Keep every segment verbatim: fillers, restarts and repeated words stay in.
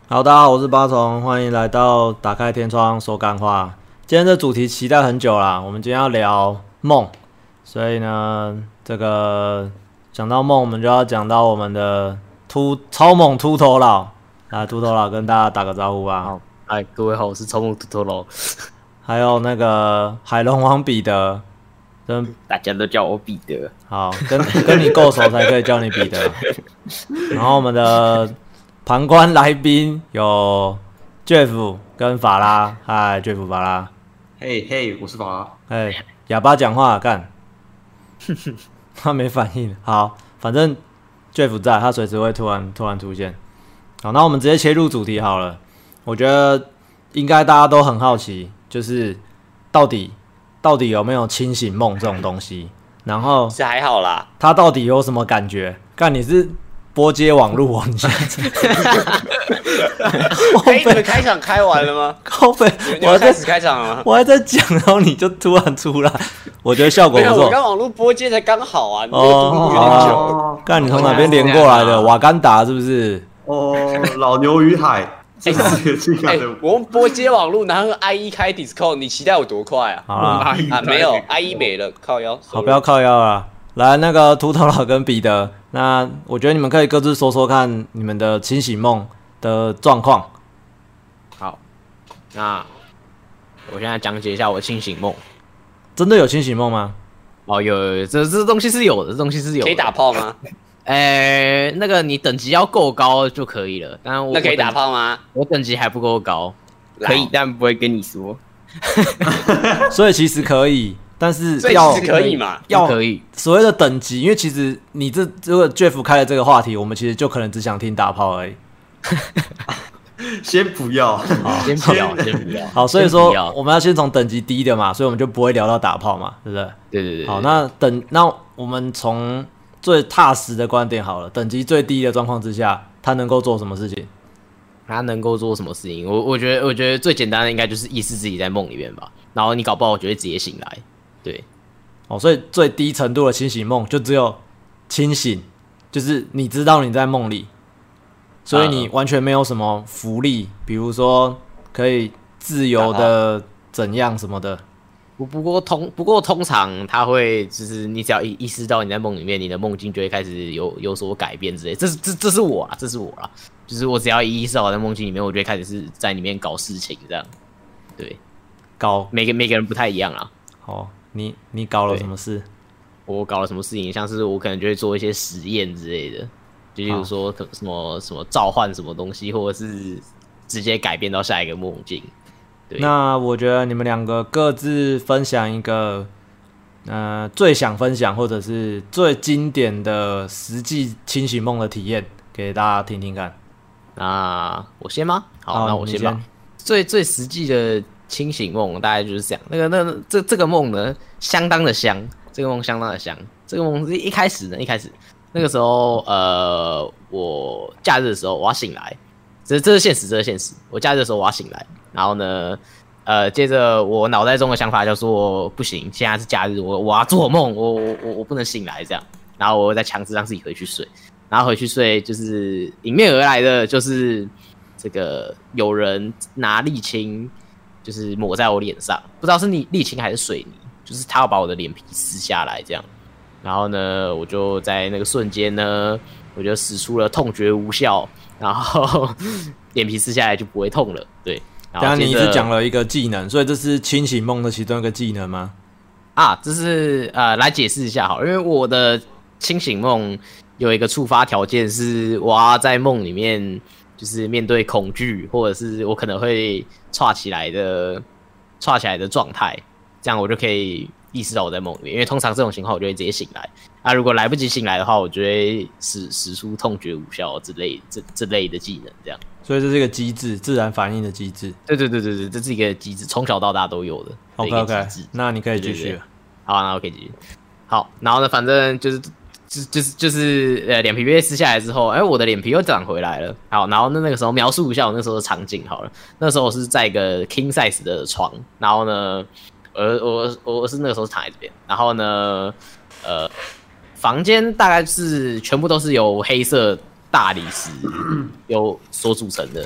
好，大家好，我是八重，欢迎来到打开天窗说干话。今天这主题期待很久啦，我们今天要聊梦，所以呢，这个讲到梦，我们就要讲到我们的秃超猛秃头佬。来，秃头佬跟大家打个招呼吧。 好，嗨，各位好，我是超猛秃头佬。 还有那个海龙王彼得，跟大家都叫我彼得。 好，跟跟你够熟才可以叫你彼得。然后我们的旁观来宾有 Jeff 跟法拉，嗨 Jeff 法拉， 嘿嘿，我是法拉， 哎，哑巴讲话干，他没反应，好，反正 Jeff 在，他随时会突然突然出现。好，那我们直接切入主题好了。我觉得应该大家都很好奇，就是到底到底有没有清醒梦这种东西？然后是还好啦， 他到底有什么感觉？干，你是拨接网路哦？你现在哎，你们开场开完了吗？ 靠北， 你们开始开场了吗？ 我还在讲，然后你就突然出来，我觉得效果不错。 我刚网络播接才刚好啊，你哦， 有点久。 哦， 干，你从哪边连过来的？瓦干达是不是？ 哦，老牛与海，这是这哎、 样的。 我们播接网络，然后 I E 开 Discord， 你期待有多快啊？ 好啦， 啊，没有 I E 没了，靠腰。 好，不要靠腰啦。来，那个秃头佬跟彼得，那我觉得你们可以各自说说看你们的清醒梦的状况。 好，那我现在讲解一下我的清醒梦。 真的有清醒梦吗？ 哦，有有有，这这东西是有的，这东西是有的。 可以打炮吗？ 呃，那个你等级要够高就可以了。当然我那可以打炮吗？ 我等级还不够高， 可以，但不会跟你说。 所以其实可以，但是所以要其实可以嘛？ 要可以。 所谓的等级，因为其实你这这个 Jeff 开了这个话题，我们其实就可能只想听打炮而已。 先不要， 先不要，先不要。 好，所以说先不要我们要先从等级低的嘛，所以我们就不会聊到打炮嘛，对不对？ 对对对。 好，那等那我们从最踏实的观点好了，等级最低的状况之下，他能够做什么事情？ 他能够做什么事情？我我觉得，我觉得最简单的应该就是意识自己在梦里面吧。然后你搞不好，我就会直接醒来。对， 哦，所以最低程度的清醒梦就只有清醒，就是你知道你在梦里，所以你完全没有什么福利，比如说可以自由的怎样什么的。 不不过通不过通常他会就是你只要意意识到你在梦里面，你的梦境就会开始有有所改变之类。这是这这是我啊，这是我啦。就是我只要意识到我在梦境里面，我就会开始是在里面搞事情这样。对， 搞每个每个人不太一样啦。 哦，你你搞了什么事？ 我搞了什么事情？像是我可能就会做一些实验之类的，就例如说可什么什么召唤什么东西，或者是直接改变到下一个梦境。对， 那我觉得你们两个各自分享一个，呃，最想分享或者是最经典的实际清醒梦的体验，给大家听听看。 那我先吗？好， 好那我先吧。 先最最实际的清醒梦大概就是这样。那个那这这个梦呢，相当的香。这个梦相当的香。这个梦是一开始呢，一开始那个时候，呃，我假日的时候我要醒来，这这是现实，这是现实。我假日的时候我要醒来，然后呢，呃，接着我脑袋中的想法就说不行，现在是假日，我我要做梦，我我我我不能醒来这样。然后我再强制让自己回去睡，然后回去睡就是迎面而来的就是这个有人拿沥青，就是抹在我脸上，不知道是沥沥青还是水泥，就是他要把我的脸皮撕下来这样。然后呢，我就在那个瞬间呢，我就使出了痛觉无效，然后脸皮撕下来就不会痛了。对，然后刚刚你一直讲了一个技能，所以这是清醒梦的其中一个技能吗？ 啊，这是呃来解释一下好了，因为我的清醒梦有一个触发条件是，我要在梦里面就是面对恐惧，或者是我可能会岔起来的岔起来的状态，这样我就可以意识到我在梦里面。因为通常这种情况我就会直接醒来，啊，如果来不及醒来的话，我就会使使出痛觉无效之类这这类的技能，这样。 所以这是一个机制，自然反应的机制。 对对对对对，这是一个机制，从小到大都有的。 OK OK， 那你可以继续了。 对对对好，那我可以继续。好，然后呢，反正就是就就是就是呃，脸皮被撕下来之后，哎、欸，我的脸皮又长回来了。好，然后那那个时候描述一下我那时候的场景好了。那时候我是在一个 king size 的床，然后呢，我我我是那个时候是躺在这边，然后呢，呃，房间大概是全部都是由黑色大理石有所组成的。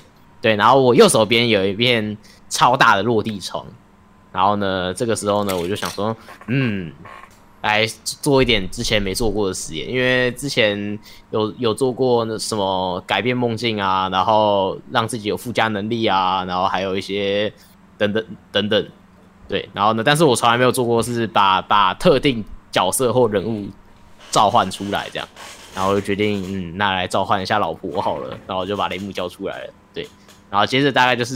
对，然后我右手边有一片超大的落地窗，然后呢，这个时候呢，我就想说，嗯，来做一点之前没做过的实验，因为之前有有做过那什么改变梦境啊，然后让自己有附加能力啊，然后还有一些等等等等，对，然后呢，但是我从来没有做过是把把特定角色或人物召唤出来这样，然后我就决定，嗯，那来召唤一下老婆好了，然后我就把雷姆叫出来了，对，然后接着大概就是，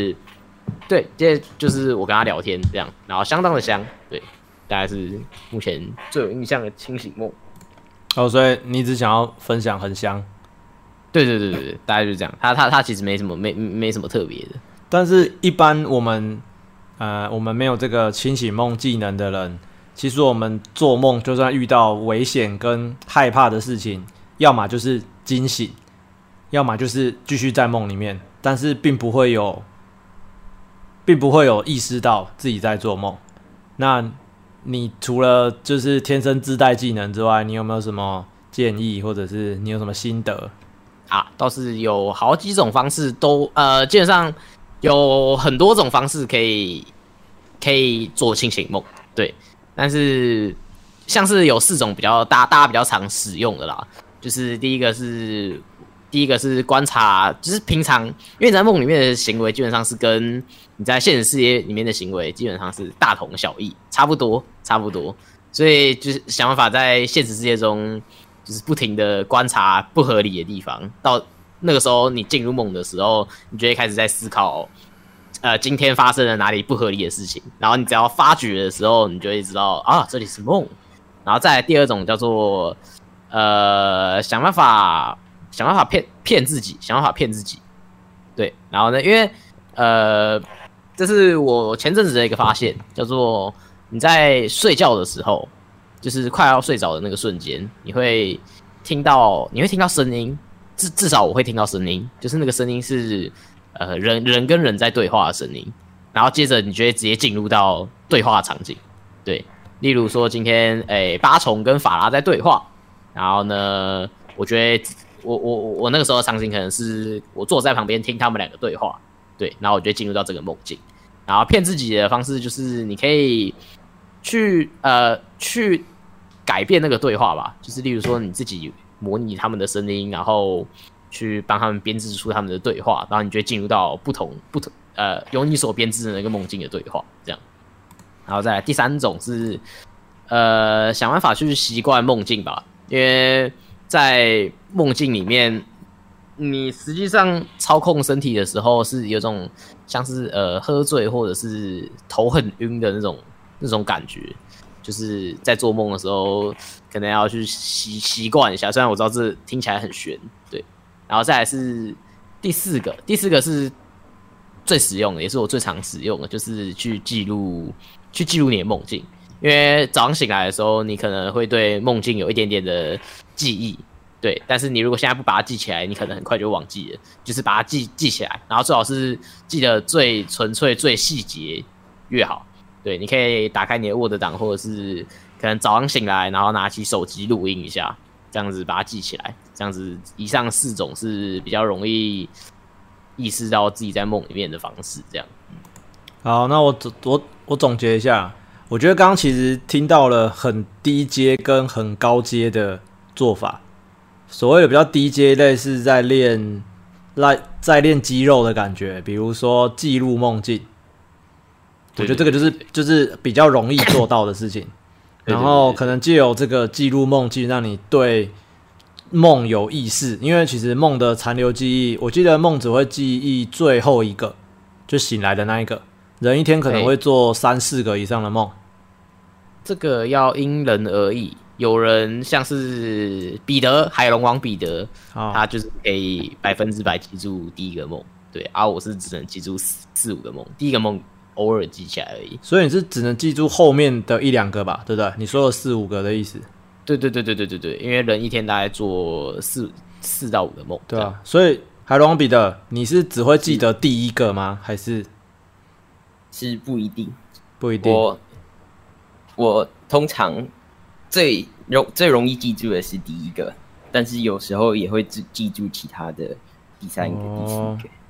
对，接着就是我跟他聊天这样，然后相当的香，对，大概是目前最有印象的清醒梦。 哦，所以你只想要分享很香， 对对对对对，大概就是这样。他他他其实没什么没没什么特别的， 但是一般我们呃我们没有这个清醒梦技能的人。其实我们做梦，就算遇到危险跟害怕的事情，要么就是惊醒，要么就是继续在梦里面，但是并不会有，并不会有意识到自己在做梦。那你除了就是天生自带技能之外，你有没有什么建议，或者是你有什么心得啊？倒是有好几种方式都，呃，基本上有很多种方式可以可以做清醒梦，对。但是像是有四种比较大大家比较常使用的啦，就是第一个是第一个是观察，就是平常因为你在梦里面的行为基本上是跟你在现实世界里面的行为基本上是大同小异，差不多差不多，所以就是想办法在现实世界中就是不停的观察不合理的地方，到那个时候你进入梦的时候，你就会开始在思考。呃，今天发生了哪里不合理的事情？然后你只要发觉的时候，你就会知道啊，这里是梦。然后再来第二种叫做呃，想办法想办法骗骗自己，想办法骗自己。对，然后呢，因为呃，这是我前阵子的一个发现，叫做你在睡觉的时候，就是快要睡着的那个瞬间，你会听到你会听到声音，至至少我会听到声音，就是那个声音是。呃，人人跟人在对话的声音，然后接着你就会直接进入到对话场景，对，例如说今天诶八重跟法拉在对话，然后呢，我觉得我我我那个时候的场景可能是我坐在旁边听他们两个对话，对，然后我就进入到这个梦境，然后骗自己的方式就是你可以去呃去改变那个对话吧，就是例如说你自己模拟他们的声音，然后。去帮他们编织出他们的对话，然后你就会进入到不同不同呃由你所编织的那个梦境的对话，这样。然后再来第三种是呃想办法去习惯梦境吧，因为在梦境里面，你实际上操控身体的时候是有种像是呃喝醉或者是头很晕的那种那种感觉，就是在做梦的时候可能要去习习惯一下，虽然我知道这听起来很玄，对。然后再来是第四个，第四个是最实用的，也是我最常使用的，就是去记录，去记录你的梦境。因为早上醒来的时候，你可能会对梦境有一点点的记忆，对。但是你如果现在不把它记起来，你可能很快就忘记了。就是把它记记起来，然后最好是记得最纯粹、最细节越好。对，你可以打开你的 Word 档，或者是可能早上醒来，然后拿起手机录音一下。这样子把它记起来，这样子以上四种是比较容易意识到自己在梦里面的方式。这样， 好，那我我我总结一下，我觉得刚刚其实听到了很低阶跟很高阶的做法。所谓的比较低阶，类似在练在练肌肉的感觉，比如说记录梦境。我觉得这个就是就是比较容易做到的事情。然后可能借由这个记录梦境，让你对梦有意识，因为其实梦的残留记忆，我记得梦只会记忆最后一个，就醒来的那一个。人一天可能会做三四个以上的梦， 这个要因人而异。有人像是彼得，海龙王彼得，哦、他就是可以百分之百记住第一个梦，对，而、啊、我是只能记住四四五个梦，第一个梦。偶尔记起来而已， 所以你是只能记住后面的一两个吧，对不对？你说的四五个的意思？ 对对对对对对对，因为人一天大概做四四到五个梦， 对啊。所以海龙彼得，你是只会记得第一个吗？还是是不一定？ 不一定。 我我通常最容最容易记住的是第一个，但是有时候也会记住其他的第三个、哦、第四个。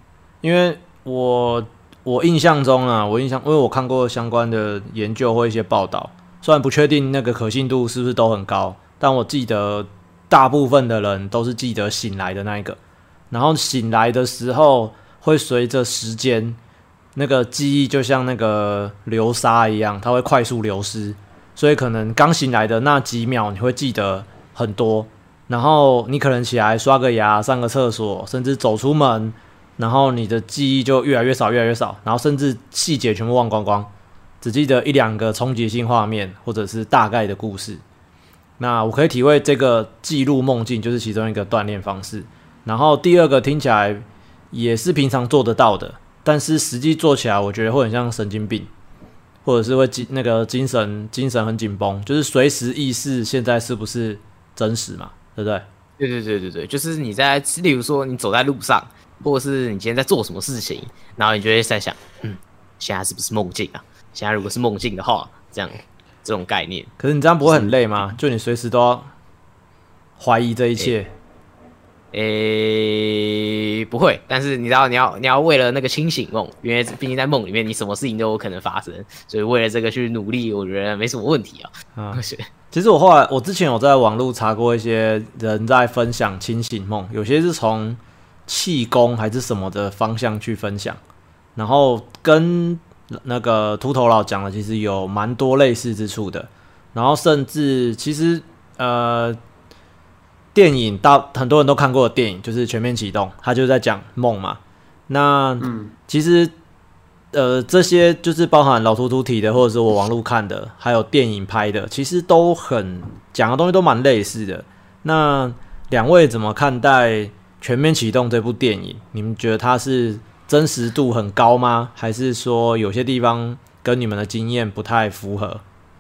因为我我印象中啊，我印象，因为我看过相关的研究或一些报道，虽然不确定那个可信度是不是都很高，但我记得大部分的人都是记得醒来的那一个，然后醒来的时候会随着时间，那个记忆就像那个流沙一样，它会快速流失，所以可能刚醒来的那几秒你会记得很多，然后你可能起来刷个牙、上个厕所，甚至走出门。然后你的记忆就越来越少，越来越少，然后甚至细节全部忘光光，只记得一两个冲击性画面或者是大概的故事。那我可以体会这个记录梦境就是其中一个锻炼方式。然后第二个听起来也是平常做得到的，但是实际做起来我觉得会很像神经病，或者是会那个精神精神很紧绷，就是随时意识现在是不是真实嘛，对不对？ 对对对对对，就是你在，例如说你走在路上。或者是你今天在做什么事情，然后你就会在想，嗯，现在是不是梦境啊？现在如果是梦境的话，这样这种概念。 可是你这样不会很累吗？就你随时都要怀疑这一切。 诶、欸欸，不会，但是你知道，你要你要为了那个清醒梦，因为毕竟在梦里面，你什么事情都有可能发生，所以为了这个去努力，我觉得没什么问题啊。 啊其实我后来，我之前有在网络查过一些人在分享清醒梦，有些是从气功还是什么的方向去分享，然后跟那个秃头佬讲的其实有蛮多类似之处的，然后甚至其实呃电影大很多人都看过的电影就是《全面启动》，他就在讲梦嘛。那嗯， 其实呃这些就是包含老秃秃提的，或者是我网络看的，还有电影拍的，其实都很讲的东西都蛮类似的。那两位怎么看待全面启动这部电影？你们觉得它是真实度很高吗？还是说有些地方跟你们的经验不太符合？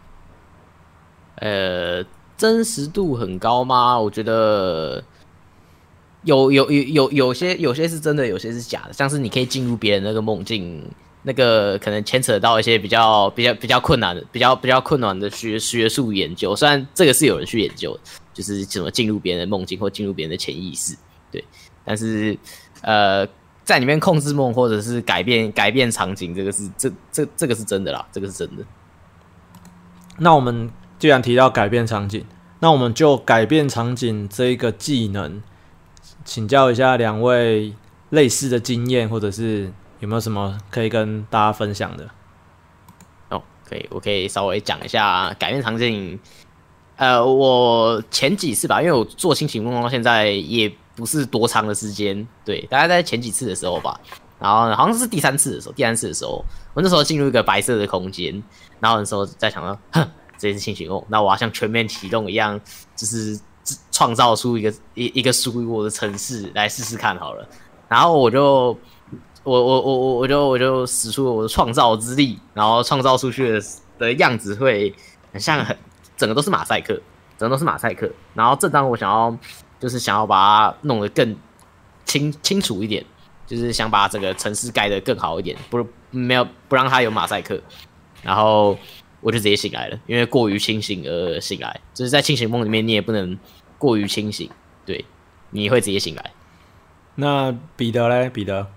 呃，真实度很高吗？我觉得有有有有有些有些是真的，有些是假的。像是你可以进入别人那个梦境，那个可能牵扯到一些比较比较比较困难的、比较比较困难的学学术研究。虽然这个是有人去研究的，就是怎么进入别人的梦境或进入别人的潜意识。对，但是呃，在里面控制梦或者是改变改变场景，这个是这这这个是真的啦，这个是真的。 那我们既然提到改变场景，那我们就改变场景这一个技能，请教一下两位类似的经验，或者是有没有什么可以跟大家分享的？ 哦，可以，我可以稍微讲一下改变场景。呃，我前几次吧，因为我做清醒梦到现在也不是多长的时间，对，大概在前几次的时候吧，然后好像是第三次的时候，第三次的时候，我那时候进入一个白色的空间，然后那时候在想说，哼，这是清醒梦，那我要像全面启动一样，就是创造出一个一一个属于我的城市来试试看好了，然后我就我我我我我就我就使出了我的创造之力，然后创造出去的的样子会很像很。整个都是马赛克，整个都是马赛克。然后正当我想要，就是想要把它弄得更清清楚一点，就是想把这个城市盖得更好一点，不没有不让它有马赛克。然后我就直接醒来了，因为过于清醒而醒来，就是在清醒梦里面你也不能过于清醒，对，你会直接醒来。 那彼得嘞？彼得，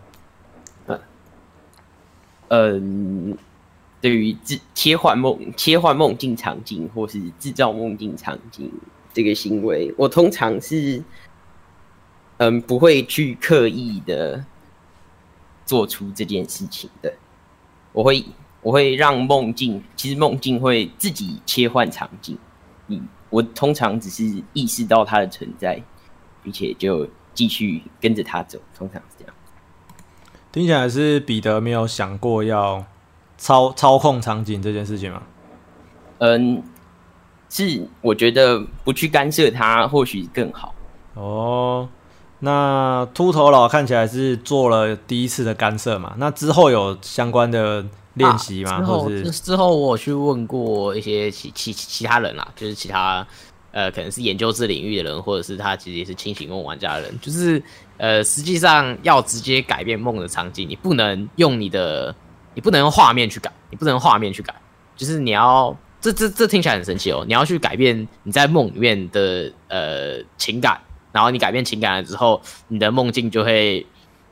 嗯。对于切换梦、切换梦境场景，或是制造梦境场景这个行为，我通常是，嗯，不会去刻意的做出这件事情的。我会，我会让梦境，其实梦境会自己切换场景。嗯，我通常只是意识到它的存在，并且就继续跟着它走。通常是这样。 听起来是彼得没有想过要。操操控场景这件事情吗？ 嗯，是我觉得不去干涉它或许更好。 哦，那秃头佬看起来是做了第一次的干涉嘛？那之后有相关的练习吗？ 啊、之后或是之后我有去问过一些其其其他人啦，就是其他呃可能是研究这领域的人，或者是他其实也是清醒梦玩家的人，就是呃实际上要直接改变梦的场景，你不能用你的。你不能用画面去改，你不能用画面去改，就是你要这这这听起来很神奇哦。你要去改变你在梦里面的呃情感，然后你改变情感了之后，你的梦境就会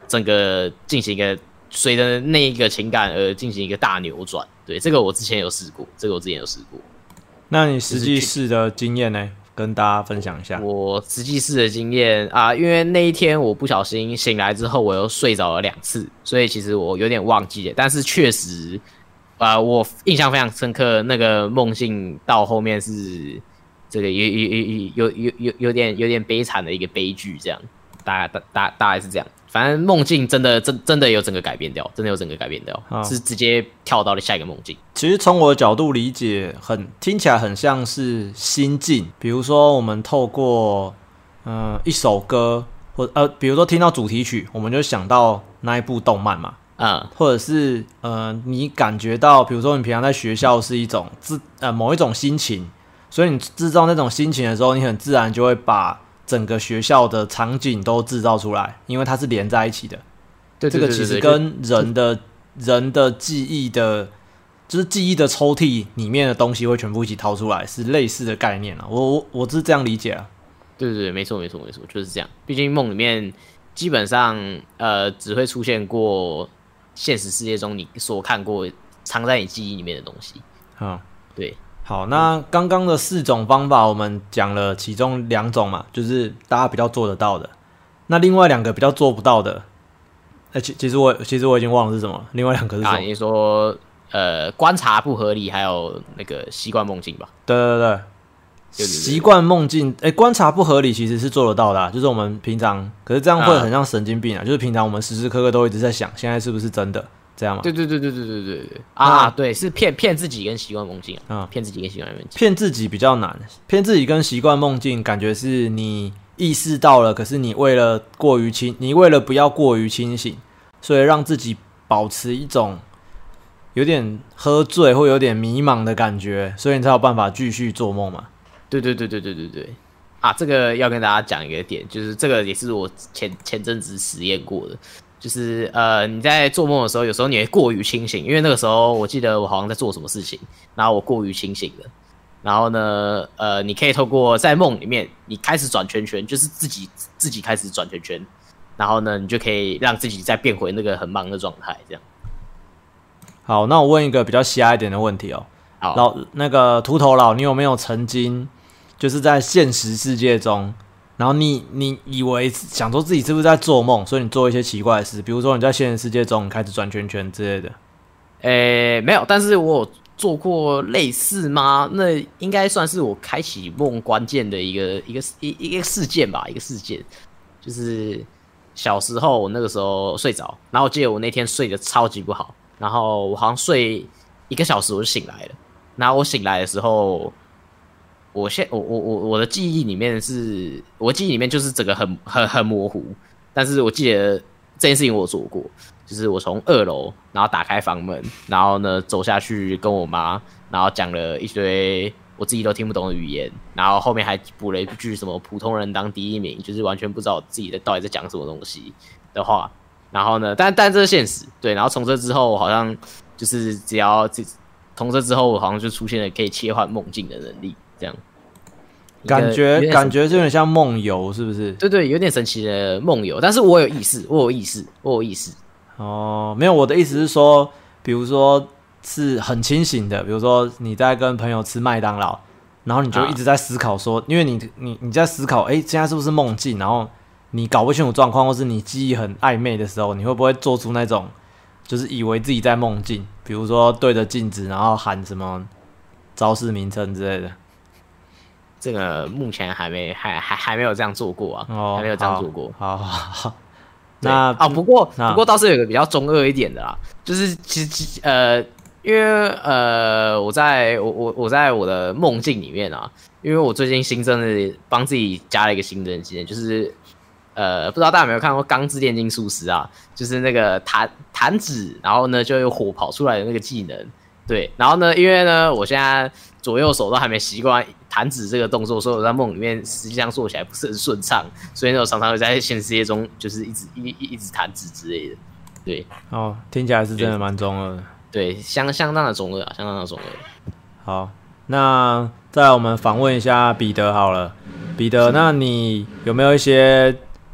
整个进行一个随着那一个情感而进行一个大扭转。对，这个我之前有试过，这个我之前有试过。 那你实际试的经验呢？跟大家分享一下。 我实际试的经验啊，因为那一天我不小心醒来之后，我又睡着了两次，所以其实我有点忘记了。但是确实，啊，我印象非常深刻，那个梦境到后面是这个有有有有有有点有点悲惨的一个悲剧，这样，大概大大大概是这样。反正梦境真的真真的有整个改变掉，真的有整个改变掉， 哦、 是直接跳到了下一个梦境。 其实从我的角度理解，很听起来很像是心境。比如说，我们透过呃一首歌，或呃比如说听到主题曲，我们就想到那一部动漫嘛， 嗯， 或者是呃你感觉到，比如说你平常在学校是一种自呃某一种心情，所以你制造那种心情的时候，你很自然就会把整个学校的场景都制造出来，因为它是连在一起的。 对对对对对， 这个其实跟人的人的记忆的，就是记忆的抽屉里面的东西会全部一起掏出来，是类似的概念啊。我我我是这样理解啊。 对对对，没错没错没错，就是这样。毕竟梦里面基本上呃只会出现过现实世界中你所看过藏在你记忆里面的东西。 嗯， 对。 好，那刚刚的四种方法，我们讲了其中两种嘛，就是大家比较做得到的。那另外两个比较做不到的，欸、其其实我其实我已经忘了是什么了。另外两个是什么？ 啊，你说呃观察不合理，还有那个习惯梦境吧？ 对对对，习惯梦境，哎、欸，观察不合理其实是做得到的、啊，就是我们平常，可是这样会很像神经病啊，啊就是平常我们时时刻刻都一直在想，现在是不是真的？这样吗？ 对对对对对对对对啊！对，是骗骗自己跟习惯梦境啊，骗、嗯、自己跟习惯梦境。 骗自己比较难，骗自己跟习惯梦境，感觉是你意识到了，可是你为了过于清，你为了不要过于清醒，所以让自己保持一种有点喝醉或有点迷茫的感觉，所以你才有办法继续做梦嘛。 对对对对对对对啊！这个要跟大家讲一个点，就是这个也是我前前阵子实验过的。就是呃，你在做梦的时候，有时候你会过于清醒，因为那个时候我记得我好像在做什么事情，然后我过于清醒了。然后呢，呃，你可以透过在梦里面，你开始转圈圈，就是自己自己开始转圈圈，然后呢，你就可以让自己再变回那个很忙的状态，这样。 好，那我问一个比较瞎一点的问题哦。 好， 老那个秃头佬，你有没有曾经就是在现实世界中？然后你你以为想说自己是不是在做梦，所以你做一些奇怪的事，比如说你在现实世界中你开始转圈圈之类的。 诶，没有，但是我有做过类似吗？那应该算是我开启梦关键的一个一个一一个事件吧，一个事件。就是小时候我那个时候睡着，然后我记得我那天睡得超级不好，然后我好像睡一个小时我就醒来了，然后我醒来的时候。我现我我我我的记忆里面是，我记忆里面就是整个很很很模糊，但是我记得这件事情我有做过，就是我从二楼，然后打开房门，然后呢走下去跟我妈，然后讲了一堆我自己都听不懂的语言，然后后面还补了一句什么普通人当第一名，就是完全不知道我自己在到底在讲什么东西的话，然后呢，但但这是现实，对，然后从这之后我好像就是只要从这之后我好像就出现了可以切换梦境的能力。这样感觉感觉就有点像梦游，是不是？ 对对，有点神奇的梦游，但是我有意识，我有意识，我有意识。 哦，没有，我的意思是说，比如说是很清醒的，比如说你在跟朋友吃麦当劳，然后你就一直在思考说，啊、因为你你你在思考，哎，现在是不是梦境？然后你搞不清楚状况，或是你记忆很暧昧的时候，你会不会做出那种就是以为自己在梦境？比如说对着镜子，然后喊什么招式名称之类的。 这个目前还没还还还没有这样做过啊， 哦、 还没有这样做过。 好好好，那啊、哦，不过不过倒是有一个比较中二一点的啦，就是其实呃，因为呃，我在我我我在我的梦境里面啊，因为我最近新增的帮自己加了一个新的技能，就是呃，不知道大家有没有看过《钢之炼金术师》啊？就是那个弹弹指，然后呢就有火跑出来的那个技能。对，然后呢，因为呢，我现在左右手都还没习惯弹指这个动作，所以我在梦里面实际上做起来不是很顺畅，所以呢，我常常会在现实世界中就是一直一一直弹指之类的。对， 哦，听起来是真的蛮中二的。 对，相相当的中二啊，相当的中二。 好，那再来我们访问一下彼得好了。彼得，那你有没有一些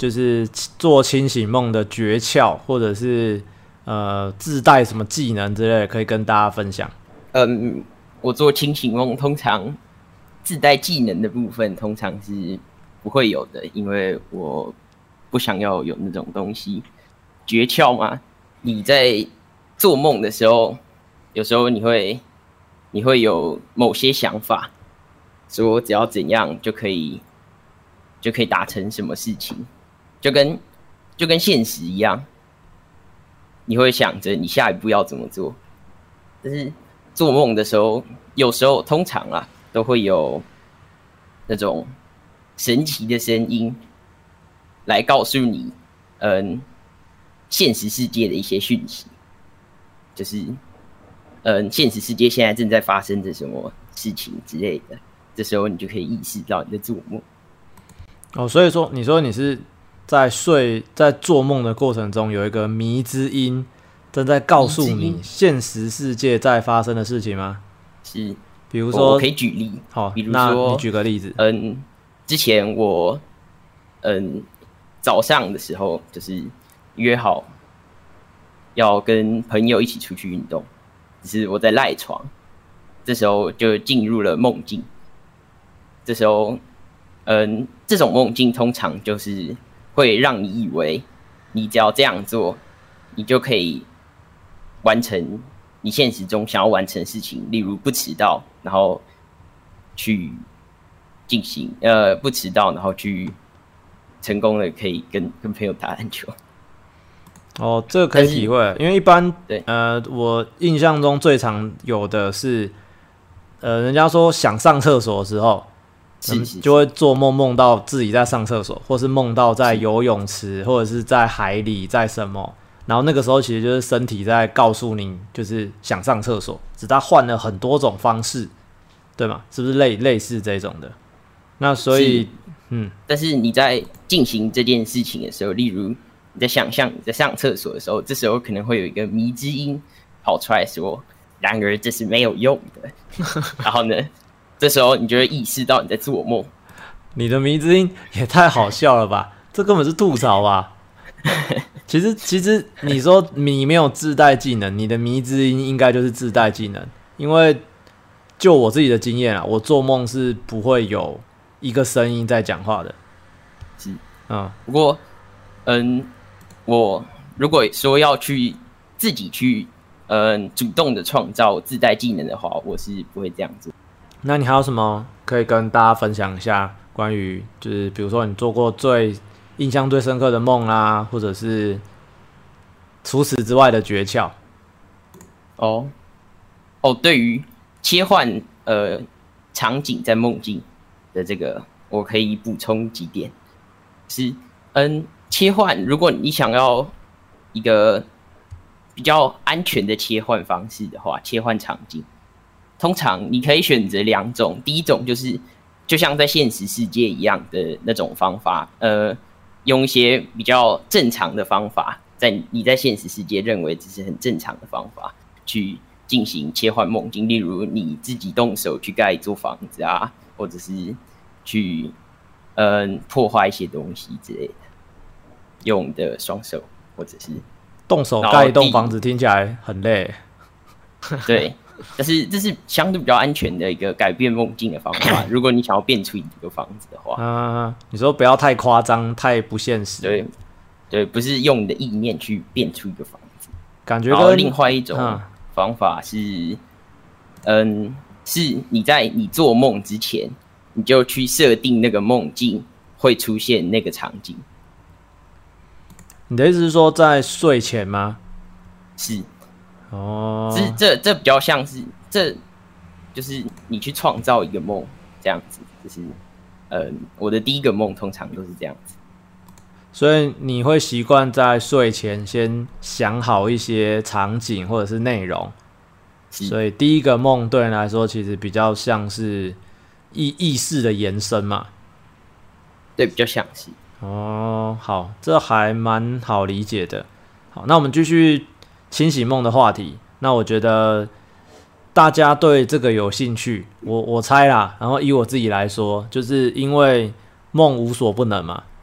就是做清醒梦的诀窍，或者是呃自带什么技能之类的，可以跟大家分享。 嗯，我做清醒梦通常自带技能的部分通常是不会有的，因为我不想要有那种东西。诀窍嘛，你在做梦的时候，有时候你会你会有某些想法，说只要怎样就可以就可以达成什么事情，就跟就跟现实一样，你会想着你下一步要怎么做。但是做梦的时候，有时候通常啊都会有那种神奇的声音来告诉你，嗯，现实世界的一些讯息，就是嗯，现实世界现在正在发生着什么事情之类的。这时候你就可以意识到你在做梦。 哦，所以说你说你是在睡在做梦的过程中有一个迷之音正在告诉你现实世界在发生的事情吗？ 是， 比如说我可以举例， 好， 比如那说你举个例子。 嗯，之前我嗯早上的时候就是约好要跟朋友一起出去运动，只是我在赖床，这时候就进入了梦境。这时候，嗯，这种梦境通常就是会让你以为你只要这样做，你就可以完成你现实中想要完成的事情，例如不迟到，然后去进行呃不迟到，然后去成功的可以跟跟朋友打篮球。 哦，这个可以体会，因为一般对呃，我印象中最常有的是，呃，人家说想上厕所的时候， 是是是就会做梦，梦到自己在上厕所，或是梦到在游泳池，或者是在海里，在什么，然后那个时候其实就是身体在告诉你，就是想上厕所，只是它换了很多种方式，对吗？是不是类类似这种的？那所以，嗯， 但是你在进行这件事情的时候，例如你在想象你在上厕所的时候，这时候可能会有一个迷之音跑出来说：“然而这是没有用的。”然后呢，这时候你就会意识到你在做梦。 你的迷之音也太好笑了吧？这根本是吐槽吧？其实，其实你说你没有自带技能，你的迷之音应该就是自带技能，因为就我自己的经验啊，我做梦是不会有一个声音在讲话的。 是， 嗯， 不过，嗯，我如果说要去自己去，嗯，主动的创造自带技能的话，我是不会这样做。 那你还有什么可以跟大家分享一下关于，就是比如说你做过最印象最深刻的梦啦，或者是除此之外的诀窍？ 哦，哦，对于切换呃场景在梦境的这个，我可以补充几点。是，嗯，切换，如果你想要一个比较安全的切换方式的话，切换场景，通常你可以选择两种。第一种就是就像在现实世界一样的那种方法，呃，用一些比较正常的方法，在你在现实世界认为这是很正常的方法去进行切换梦境，例如你自己动手去盖一座房子啊，或者是去嗯破坏一些东西之类的，用你的双手或者是动手盖一栋房子听起来很累。 对，但是这是相对比较安全的一个改变梦境的方法。如果你想要变出一个房子的话， 啊，你说不要太夸张，太不现实。 对，对，不是用你的意念去变出一个房子。 感觉然后跟另外一种方法是，嗯，是你在你做梦之前，你就去设定那个梦境会出现那个场景。 你的意思是说在睡前吗？ 是， 哦， 这这这比较像是，这就是你去创造一个梦这样子，就是，嗯，我的第一个梦通常都是这样子。 所以你会习惯在睡前先想好一些场景或者是内容，所以第一个梦对你来说其实比较像是意意识的延伸嘛？ 对，比较像是。 哦，好，这还蛮好理解的。好，那我们继续清醒梦的话题。那我觉得大家对这个有兴趣，我我猜啦。然后以我自己来说，就是因为梦无所不能嘛。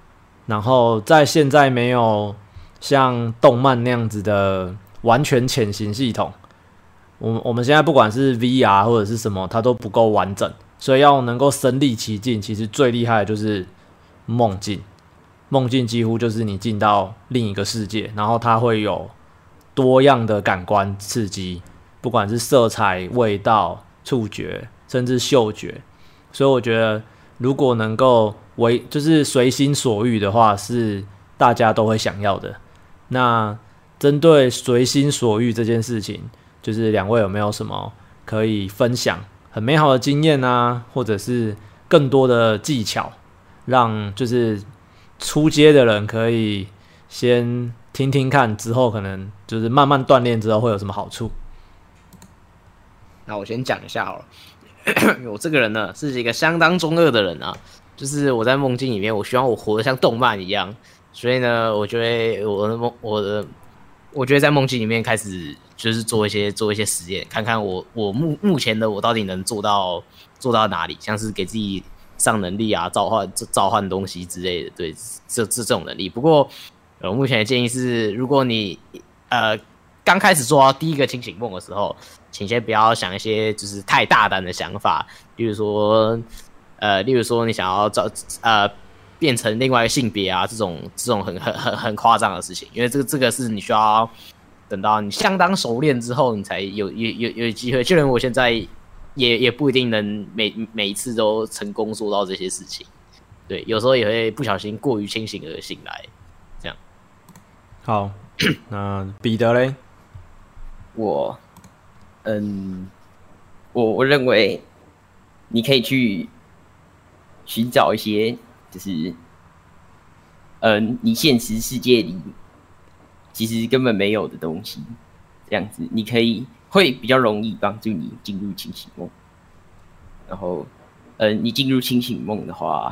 然后在现在没有像动漫那样子的完全潜行系统，我我们现在不管是 V R 或者是什么，它都不够完整，所以要能够身临其境，其实最厉害的就是梦境。梦境几乎就是你进到另一个世界，然后它会有多样的感官刺激，不管是色彩、味道、触觉，甚至嗅觉。所以我觉得，如果能够为就是随心所欲的话，是大家都会想要的。那针对随心所欲这件事情，就是两位有没有什么可以分享很美好的经验啊，或者是更多的技巧，让就是初阶的人可以先听听看，之后可能就是慢慢锻炼之后会有什么好处？ 那我先讲一下好了。我这个人呢是一个相当中二的人啊，就是我在梦境里面，我希望我活得像动漫一样，所以呢，我就会我的梦我的我就会在梦境里面开始就是做一些做一些实验，看看我我目目前的我到底能做到做到哪里，像是给自己上能力啊，召唤召唤东西之类的，对，这这这种能力。不过，我目前的建议是，如果你呃刚开始做到第一个清醒梦的时候，请先不要想一些就是太大胆的想法，例如说，呃，例如说你想要找呃变成另外一个性别啊，这种这种很很很很夸张的事情，因为这个这个是你需要等到你相当熟练之后，你才有有有有机会。就连我现在也也不一定能每每一次都成功做到这些事情，对，有时候也会不小心过于清醒而醒来，这样。 好，那彼得嘞？ 我，嗯，我我认为你可以去寻找一些，就是，嗯，你现实世界里其实根本没有的东西，这样子你可以会比较容易帮助你进入清醒梦。然后，嗯，你进入清醒梦的话，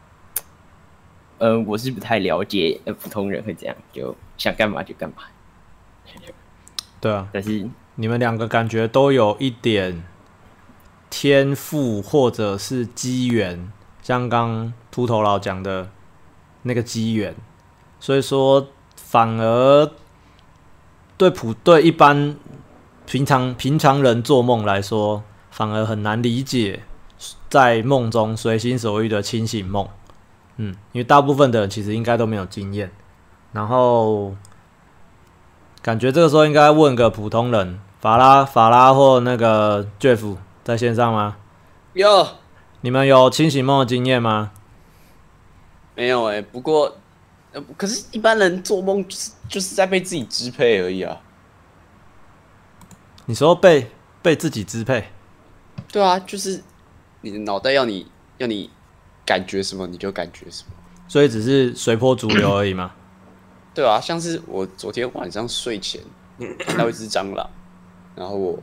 嗯，我是不太了解，呃，普通人会这样，就想干嘛就干嘛。 对啊， 但是你们两个感觉都有一点天赋或者是机缘，像刚秃头佬讲的那个机缘，所以说反而对普对一般平常平常人做梦来说，反而很难理解在梦中随心所欲的清醒梦。嗯，因为大部分的人其实应该都没有经验，然后感觉这个时候应该问个普通人，法拉法拉或那个 Jeff 在线上吗？ 有， 你们有清醒梦的经验吗？ 没有哎、欸？不过，呃，可是一般人做梦就是就是在被自己支配而已啊。 你说被被自己支配？ 对啊，就是你的脑袋要你要你感觉什么你就感觉什么， 所以只是随波逐流而已嘛。 对啊，像是我昨天晚上睡前看到一只蟑螂，然后我，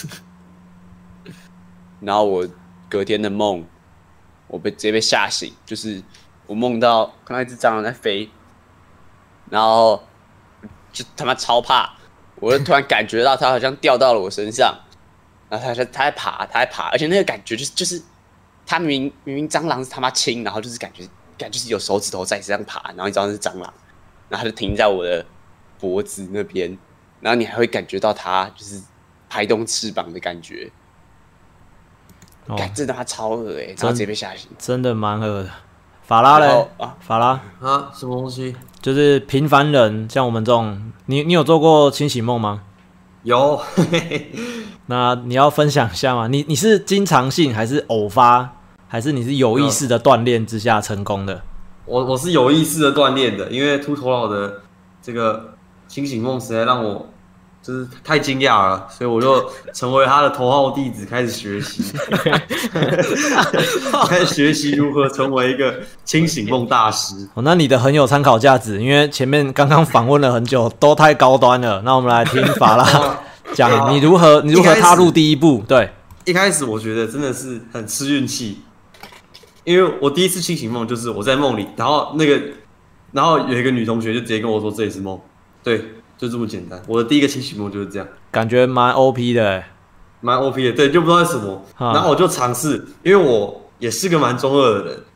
然后我隔天的梦，我被直接被吓醒，就是我梦到看到一只蟑螂在飞，然后就他妈超怕，我就突然感觉到它好像掉到了我身上，然后它它在爬，它在爬，而且那个感觉就是就是它明明明明蟑螂是他妈轻，然后就是感觉感觉就是有手指头在身上爬，然后你知道那是蟑螂。然后它就停在我的脖子那边，然后你还会感觉到它就是拍动翅膀的感觉，哦，真的他超恶哎、欸，然后直接被吓醒， 真的蛮恶的。法拉嘞？啊，法拉啊，什么东西？ 就是平凡人，像我们这种，你你有做过清醒梦吗？ 有。 那你要分享一下吗？你你是经常性还是偶发，还是你是有意识的锻炼之下成功的？ 我我是有意识的锻炼的，因为秃头佬的这个清醒梦实在让我就是太惊讶了，所以我就成为他的头号弟子，开始学习，开始学习如何成为一个清醒梦大师。 哦，那你的很有参考价值，因为前面刚刚访问了很久，都太高端了。那我们来听法拉讲你如何你如何踏入第一步。对， 一开始我觉得真的是很吃运气。因为我第一次清醒梦就是我在梦里，然后那个，然后有一个女同学就直接跟我说这也是梦，对，就这么简单。我的第一个清醒梦就是这样， 感觉蛮 O P 的欸， 蛮 O P 的，对，就不知道是什么。然后我就尝试，因为我也是个蛮中二的人，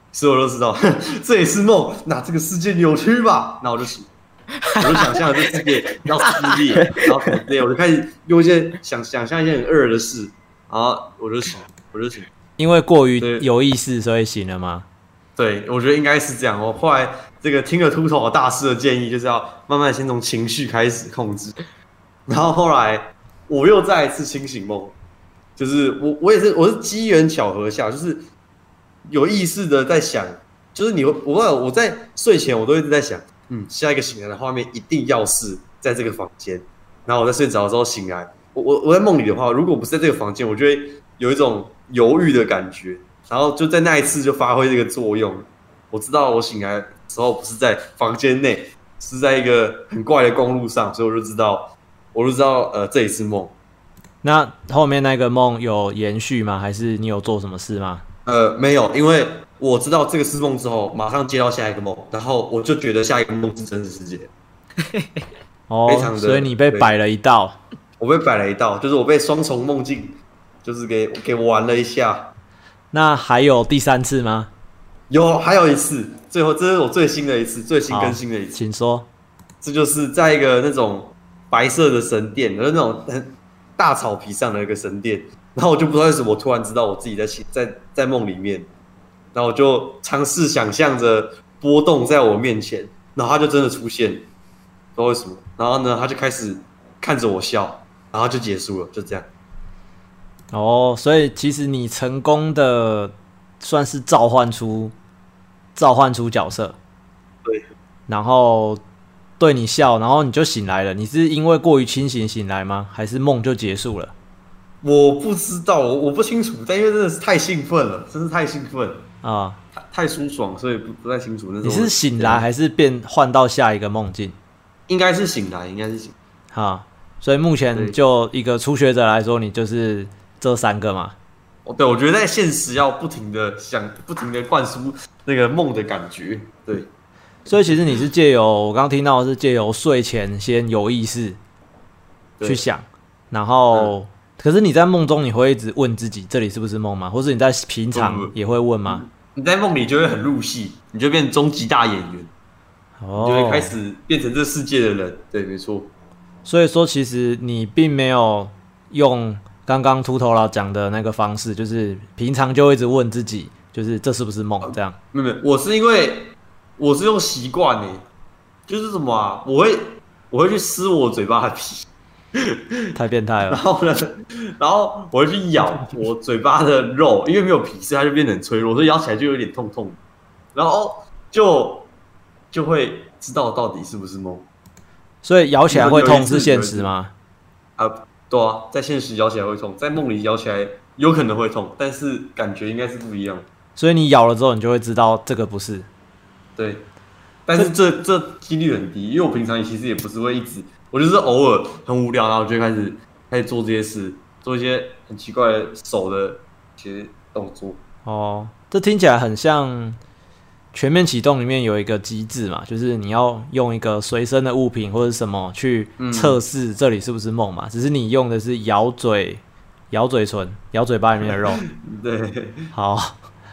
所以我就知道这也是梦，那这个世界扭曲吧，那我就醒，我就想象这世界要撕裂，然后什么之类，我就开始用一些想想象一些很恶的事，然后我就醒，我就醒。 因为过于有意识，所以醒了吗？ 对，我觉得应该是这样。我后来这个听了秃头大师的建议，就是要慢慢先从情绪开始控制，然后后来我又再一次清醒梦，就是我我也是我是机缘巧合下，就是有意识的在想，就是你我我在睡前我都一直在想，嗯，下一个醒来的画面一定要是在这个房间，然后我在睡着的时候醒来，我我我在梦里的话，如果不是在这个房间，我就会有一种犹豫的感觉。然后就在那一次就发挥这个作用，我知道我醒来的时候不是在房间内，是在一个很怪的公路上，所以我就知道，我就知道，呃，这一次梦。 那后面那个梦有延续吗？还是你有做什么事吗？ 呃，没有，因为我知道这个是梦之后，马上接到下一个梦，然后我就觉得下一个梦是真实世界。 哦， 非常的， 所以你被摆了一道。 我被摆了一道，就是我被双重梦境，就是给给玩了一下。那还有第三次吗？ 有，还有一次，最后这是我最新的一次，最新更新的一次。 请说。 这就是在一个那种白色的神殿，就是那种很大草皮上的一个神殿。然后我就不知道为什么，我突然知道我自己在在在梦里面，然后我就尝试想象着波动在我面前，然后他就真的出现，不知道为什么。然后呢，他就开始看着我笑，然后就结束了，就这样。 哦，所以其实你成功的算是召唤出召唤出角色， 对， 然后对你笑，然后你就醒来了。你是因为过于清醒醒来吗？还是梦就结束了？ 我不知道，我我不清楚，但因为真的是太兴奋了，真是太兴奋啊， 太, 太舒爽，所以不不太清楚那种。 你是醒来还是变换到下一个梦境？ 应该是醒来，应该是醒来。 哈，所以目前就一个初学者来说，你就是这三个嘛？ 哦，对，我觉得在现实要不停的想，不停的灌输那个梦的感觉。对， 所以其实你是借由我刚刚听到的是借由睡前先有意识去想，然后、嗯、可是你在梦中你会一直问自己这里是不是梦吗？或是你在平常也会问吗？ 你在梦里就会很入戏，你就变终极大演员，哦、你就会开始变成这世界的人。对，没错。 所以说，其实你并没有用刚刚秃头佬讲的那个方式，就是平常就一直问自己，就是这是不是梦？这样。 没有没有，我是因为我是用习惯诶，就是什么啊？我会我会去撕我嘴巴的皮， 太变态了。 然后呢，然后我会去咬我嘴巴的肉，因为没有皮，所以它就变得很脆弱，所以咬起来就有点痛痛，然后就就会知道到底是不是梦。 所以咬起来会痛是现实吗？ 啊，对啊，在现实咬起来会痛，在梦里咬起来有可能会痛，但是感觉应该是不一样。 所以你咬了之后，你就会知道这个不是。 对，但是这这几率很低，因为我平常其实也不是会一直，我就是偶尔很无聊，然后就开始开始做这些事，做一些很奇怪的手的一些动作。 哦，这听起来很像全面启动里面有一个机制嘛，就是你要用一个随身的物品或者什么去测试这里是不是梦嘛、嗯，只是你用的是咬嘴、咬嘴唇、咬嘴巴里面的肉。 对， 好，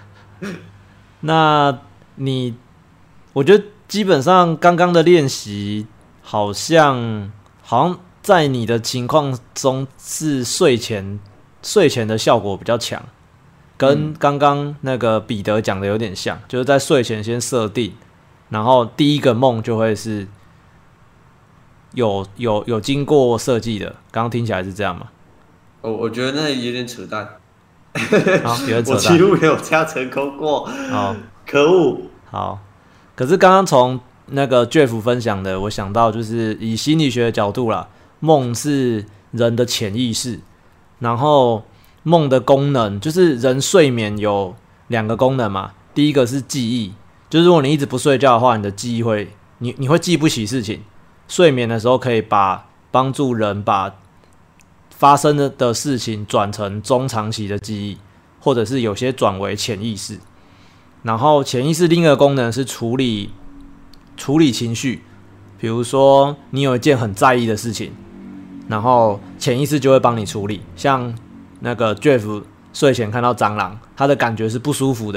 那你，我觉得基本上刚刚的练习好像好像在你的情况中是睡前睡前的效果比较强。跟刚刚那个彼得讲的有点像，就是在睡前先设定，然后第一个梦就会是有有有经过设计的。刚刚听起来是这样吗？ 我我觉得那有点扯淡。 好，有点扯淡。 我几乎没有这样成功过。 好， 可恶。 好，可是刚刚从那个 Jeff 分享的，我想到就是以心理学的角度啦，梦是人的潜意识，然后梦的功能就是人睡眠有两个功能嘛，第一个是记忆，就是如果你一直不睡觉的话，你的记忆会你你会记不起事情。睡眠的时候可以把帮助人把发生的事情转成中长期的记忆，或者是有些转为潜意识。然后潜意识另一个功能是处理处理情绪，比如说你有一件很在意的事情，然后潜意识就会帮你处理，像那个 Jeff 睡前看到蟑螂，他的感觉是不舒服的，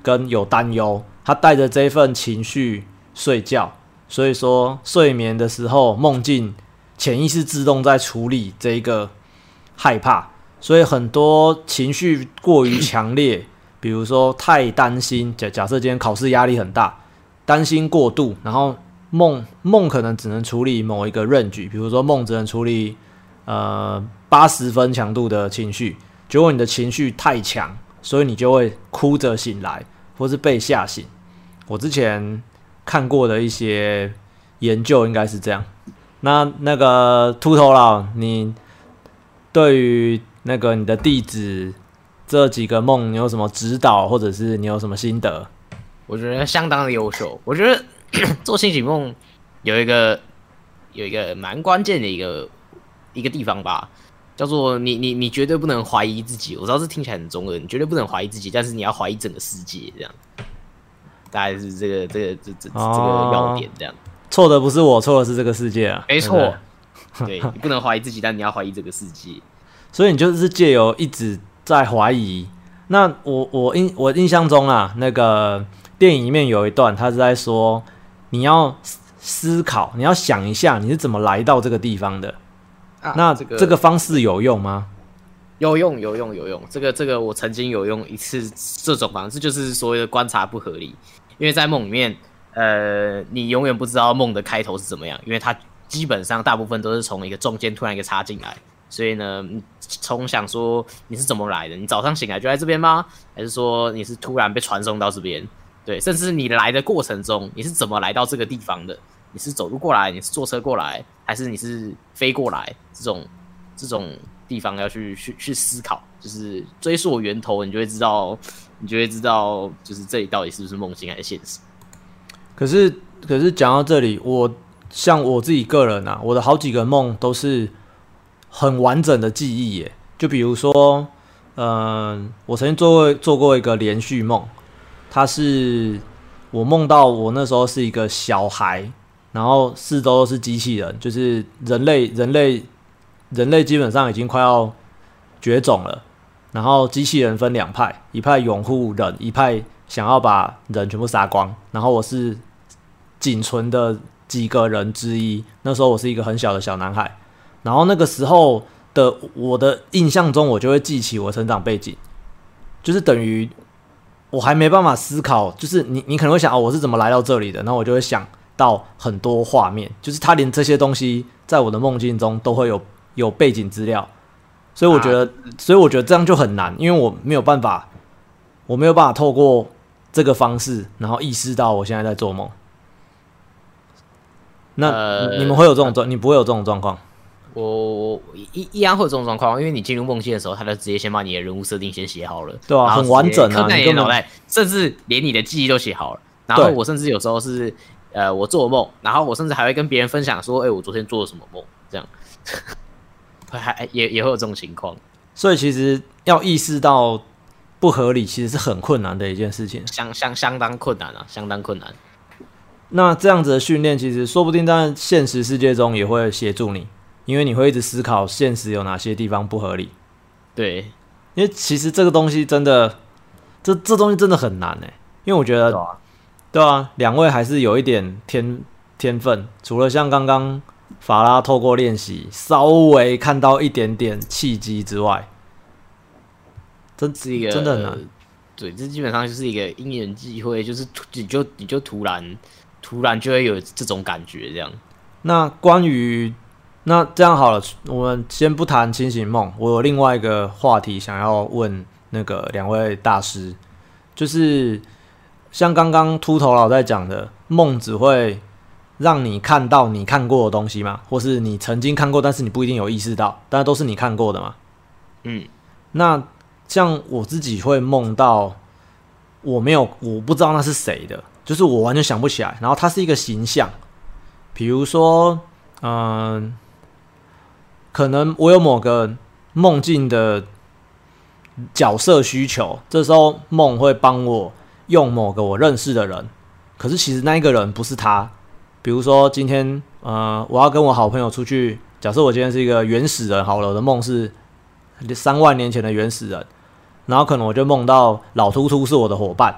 跟有担忧，他带着这份情绪睡觉，所以说睡眠的时候梦境潜意识自动在处理这一个害怕，所以很多情绪过于强烈，比如说太担心，假假设今天考试压力很大，担心过度，然后梦梦可能只能处理某一个 range， 比如说梦只能处理呃八十分强度的情绪，结果你的情绪太强，所以你就会哭着醒来，或是被吓醒。我之前看过的一些研究应该是这样。那那个秃头佬，你对于那个你的弟子这几个梦，你有什么指导，或者是你有什么心得？ 我觉得相当的优秀。我觉得做清醒梦有一个有一个蛮关键的一个一个地方吧，叫做你你你绝对不能怀疑自己。我知道这听起来很中二，你绝对不能怀疑自己，但是你要怀疑整个世界，这样大概是这个这个这这这个要点这样。 错的不是我，错的是这个世界啊！ 没错，对你不能怀疑自己，但你要怀疑这个世界。 所以你就是借由一直在怀疑。那我我印我印象中啊，那个电影里面有一段，他是在说你要思考，你要想一下你是怎么来到这个地方的。啊、那这个这个方式有用吗？ 有用，有用，有用。这个这个我曾经有用一次这种方式，就是所谓的观察不合理。因为在梦里面，呃，你永远不知道梦的开头是怎么样，因为它基本上大部分都是从一个中间突然一个插进来，所以呢，从想说你是怎么来的，你早上醒来就在这边吗？还是说你是突然被传送到这边？对，甚至你来的过程中，你是怎么来到这个地方的？你是走路过来，你是坐车过来，还是你是飞过来？这种这种地方要去去去思考，就是追溯源头，你就会知道，你就会知道，就是这里到底是不是梦境还是现实。 可是，可是讲到这里，我像我自己个人啊，我的好几个梦都是很完整的记忆耶。就比如说，嗯、呃，我曾经做过做过一个连续梦，它是我梦到我那时候是一个小孩，然后四周都是机器人，就是人类人类人类基本上已经快要绝种了，然后机器人分两派，一派拥护人，一派想要把人全部杀光，然后我是仅存的几个人之一。那时候我是一个很小的小男孩，然后那个时候的我的印象中，我就会记起我成长背景，就是等于我还没办法思考，就是你你可能会想哦，我是怎么来到这里的，然后我就会想到很多画面，就是他连这些东西在我的梦境中都会有有背景资料，所以我觉得，啊、所以我觉得这样就很难，因为我没有办法，我没有办法透过这个方式，然后意识到我现在在做梦。那、呃、你们会有这种状，你不会有这种状况？ 我一一样会有这种状况，因为你进入梦境的时候，他就直接先把你的人物设定先写好了， 对啊，很完整啊， 刻在你的脑袋，甚至连你的记忆都写好了。然后我甚至有时候是，呃，我做梦，然后我甚至还会跟别人分享说，哎、欸，我昨天做了什么梦，这样，还也也会有这种情况。 所以其实要意识到不合理，其实是很困难的一件事情， 相相相当困难啊，相当困难。 那这样子的训练，其实说不定在现实世界中也会协助你。因为你会一直思考现实有哪些地方不合理， 对， 因为其实这个东西真的，这这东西真的很难哎，因为我觉得，对啊，对啊，两位还是有一点天天分，除了像刚刚法拉透过练习稍微看到一点点契机之外，真是一个真的很难。 对，这基本上就是一个因缘际会，就是你就你就突然突然就会有这种感觉这样。 那关于那这样好了，我们先不谈清醒梦。我有另外一个话题想要问那个两位大师，就是像刚刚秃头佬在讲的，梦只会让你看到你看过的东西嘛，或是你曾经看过，但是你不一定有意识到，但都是你看过的嘛。嗯，那像我自己会梦到，我没有，我不知道那是谁的，就是我完全想不起来。然后它是一个形象，比如说，嗯、呃。可能我有某个梦境的角色需求，这时候梦会帮我用某个我认识的人，可是其实那一个人不是他。比如说今天，呃，我要跟我好朋友出去，假设我今天是一个原始人好了，我的梦是三万年前的原始人，然后可能我就梦到老秃秃是我的伙伴，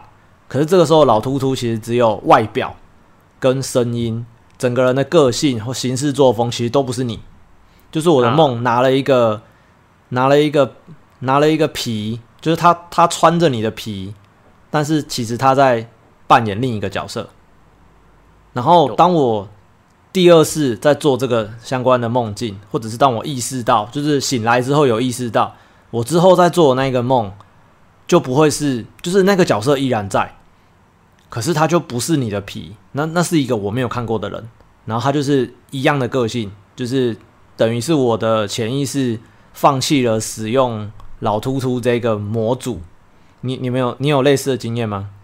可是这个时候老秃秃其实只有外表跟声音，整个人的个性或行事作风其实都不是你。就是我的梦拿了一个、啊、拿了一个拿了一个皮，就是他他穿着你的皮，但是其实他在扮演另一个角色。然后当我第二次在做这个相关的梦境，或者是当我意识到，就是醒来之后有意识到，我之后在做的那个梦就不会是，就是那个角色依然在，可是他就不是你的皮，那那是一个我没有看过的人，然后他就是一样的个性，就是等于是我的潜意识放弃了使用老秃秃这个模组。你你没有你有类似的经验吗？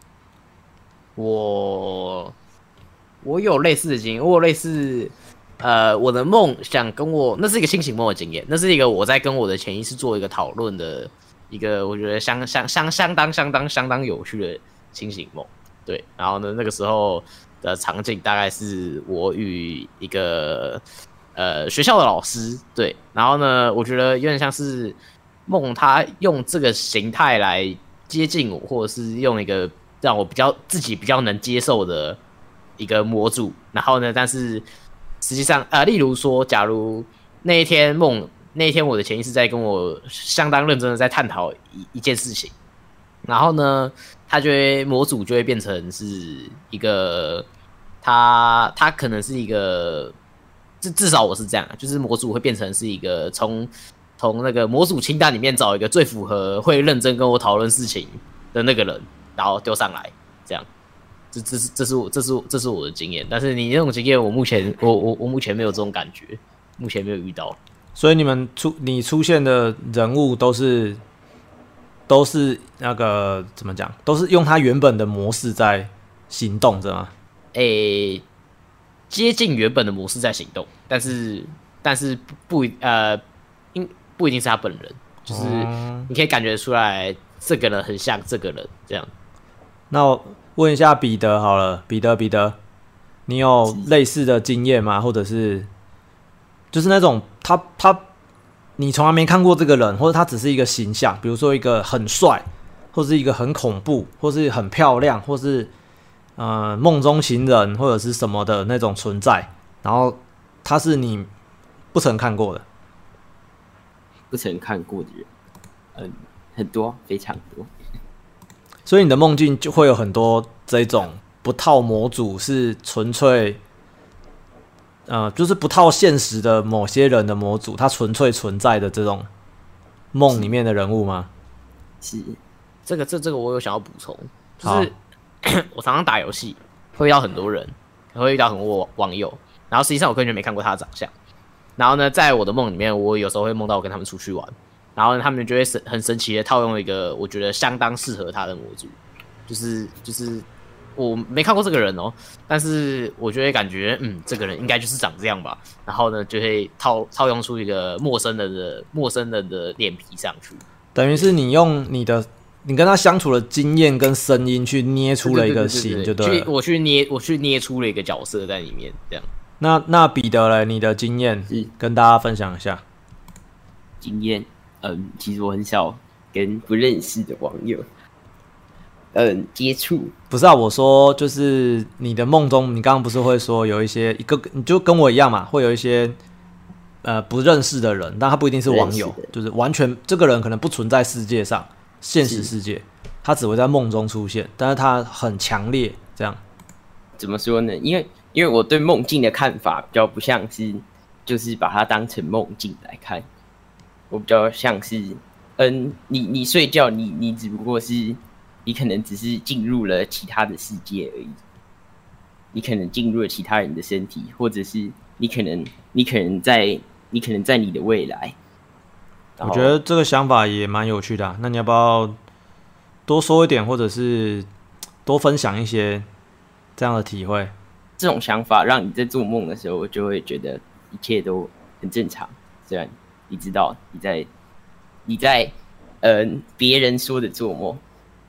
我我有类似的经验，我有类似呃我的梦想跟我那是一个清醒梦的经验，那是一个我在跟我的潜意识做一个讨论的一个我觉得相相相相当相当相当有趣的清醒梦。对，然后呢那个时候的场景大概是我与一个呃学校的老师，对，然后呢我觉得有点像是梦他用这个形态来接近我，或者是用一个让我比较自己比较能接受的一个模组。然后呢但是实际上呃例如说假如那一天梦那一天我的潜意识在跟我相当认真的在探讨 一, 一件事情，然后呢它就会模组就会变成是一个它它可能是一个至至少我是这样，就是模组会变成是一个从从那个模组清单里面找一个最符合会认真跟我讨论事情的那个人，然后丢上来，这样。这这是这是我这是这是我的经验，但是你那种经验，我目前我我我目前没有这种感觉，目前没有遇到。 所以你们出你出现的人物都是都是那个怎么讲？都是用他原本的模式在行动，是吗？ 诶，接近原本的模式在行动，但是但是不呃，应不一定是他本人，就是你可以感觉出来这个人很像这个人这样。 那我问一下彼得好了，彼得彼得，你有类似的经验吗？或者是就是那种他他你从来没看过这个人，或者他只是一个形象，比如说一个很帅，或是一个很恐怖，或是很漂亮，或是呃梦中情人或者是什么的那种存在，然后他是你不曾看过的， 不曾看过的人，嗯，很多，非常多。 所以你的梦境就会有很多这种不套模组，是纯粹，呃，就是不套现实的某些人的模组，它纯粹存在的这种梦里面的人物吗？ 是， 这个这这个我有想要补充，就是我常常打游戏会遇到很多人，会遇到很多网友，然后实际上我根本就没看过他的长相，然后呢，在我的梦里面，我有时候会梦到我跟他们出去玩。然后他们就会很神奇的套用一个我觉得相当适合他的模组，就是就是我没看过这个人哦，但是我就会感觉嗯，这个人应该就是长这样吧。然后呢，就会套套用出一个陌生人的陌生人的脸皮上去， 等于是你用你的你跟他相处的经验跟声音去捏出了一个形，就对了。 去我去捏我去捏出了一个角色在里面，这样。 那那彼得嘞，你的经验跟大家分享一下。 经验。嗯，其实我很少跟不认识的网友，嗯，接触。 不是啊，我说就是你的梦中，你刚刚不是会说有一些一个，你就跟我一样嘛，会有一些呃不认识的人，但他不一定是网友，就是完全这个人可能不存在世界上，现实世界，他只会在梦中出现，但是他很强烈，这样。 怎么说呢？因为因为我对梦境的看法比较不像是，就是把它当成梦境来看。我比较像是，嗯，你你睡觉，你你只不过是，你可能只是进入了其他的世界而已，你可能进入了其他人的身体，或者是你可能你可能在你可能在你的未来。 我觉得这个想法也蛮有趣的啊，那你要不要多说一点，或者是多分享一些这样的体会？ 这种想法让你在做梦的时候，就会觉得一切都很正常，虽然。你知道你在你在呃别人说的做梦，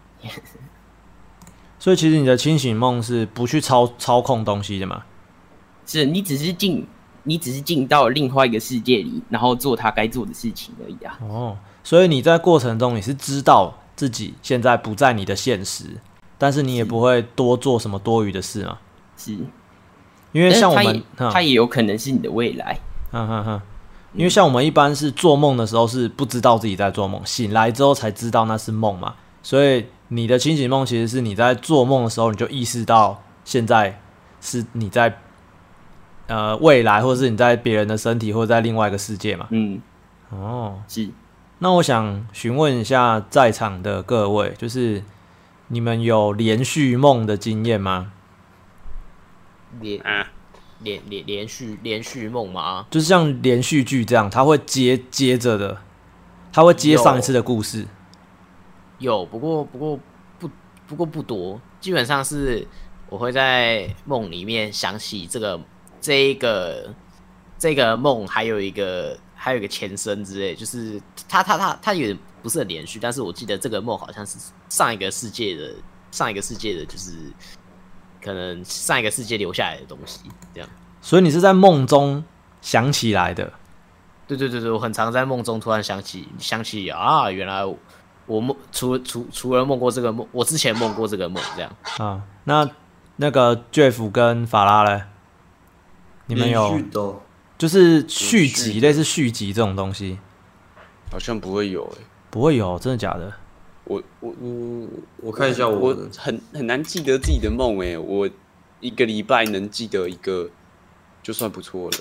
所以其实你的清醒梦是不去操操控东西的嘛？ 是你只是进你只是进到另外一个世界里，然后做他该做的事情而已啊。 哦，所以你在过程中你是知道自己现在不在你的现实， 但是你也不会多做什么多余的事嘛。 是， 因为像我们， 它也，它也有可能是你的未来。 嗯哼哼，因为像我们一般是做梦的时候是不知道自己在做梦，醒来之后才知道那是梦嘛。所以你的清醒梦其实是你在做梦的时候，你就意识到现在是你在呃未来，或者是你在别人的身体，或者在另外一个世界嘛。 嗯， 哦， 是。 那我想询问一下在场的各位，就是你们有连续梦的经验吗？ 连啊， 连连连续连续梦吗？ 就是像连续剧这样，它会接接着的，它会接上一次的故事。 有，不过不过不不过不多，基本上是我会在梦里面想起这个这一个这个梦，还有一个还有一个前身之类，就是它它它它有点不是很连续，但是我记得这个梦好像是上一个世界的上一个世界的，就是可能上一个世界留下来的东西，这样。 所以你是在梦中想起来的？ 对对对对，我很常在梦中突然想起想起啊，原来我。我梦除除除了梦过这个梦，我之前梦过这个梦，这样啊。那那个 Jeff 跟法拉嘞，你们有就是续集，类似续集这种东西？ 好像不会有诶、欸， 不会有，真的假的？ 我我嗯，我看一下我我很很难记得自己的梦诶、欸，我一个礼拜能记得一个就算不错了。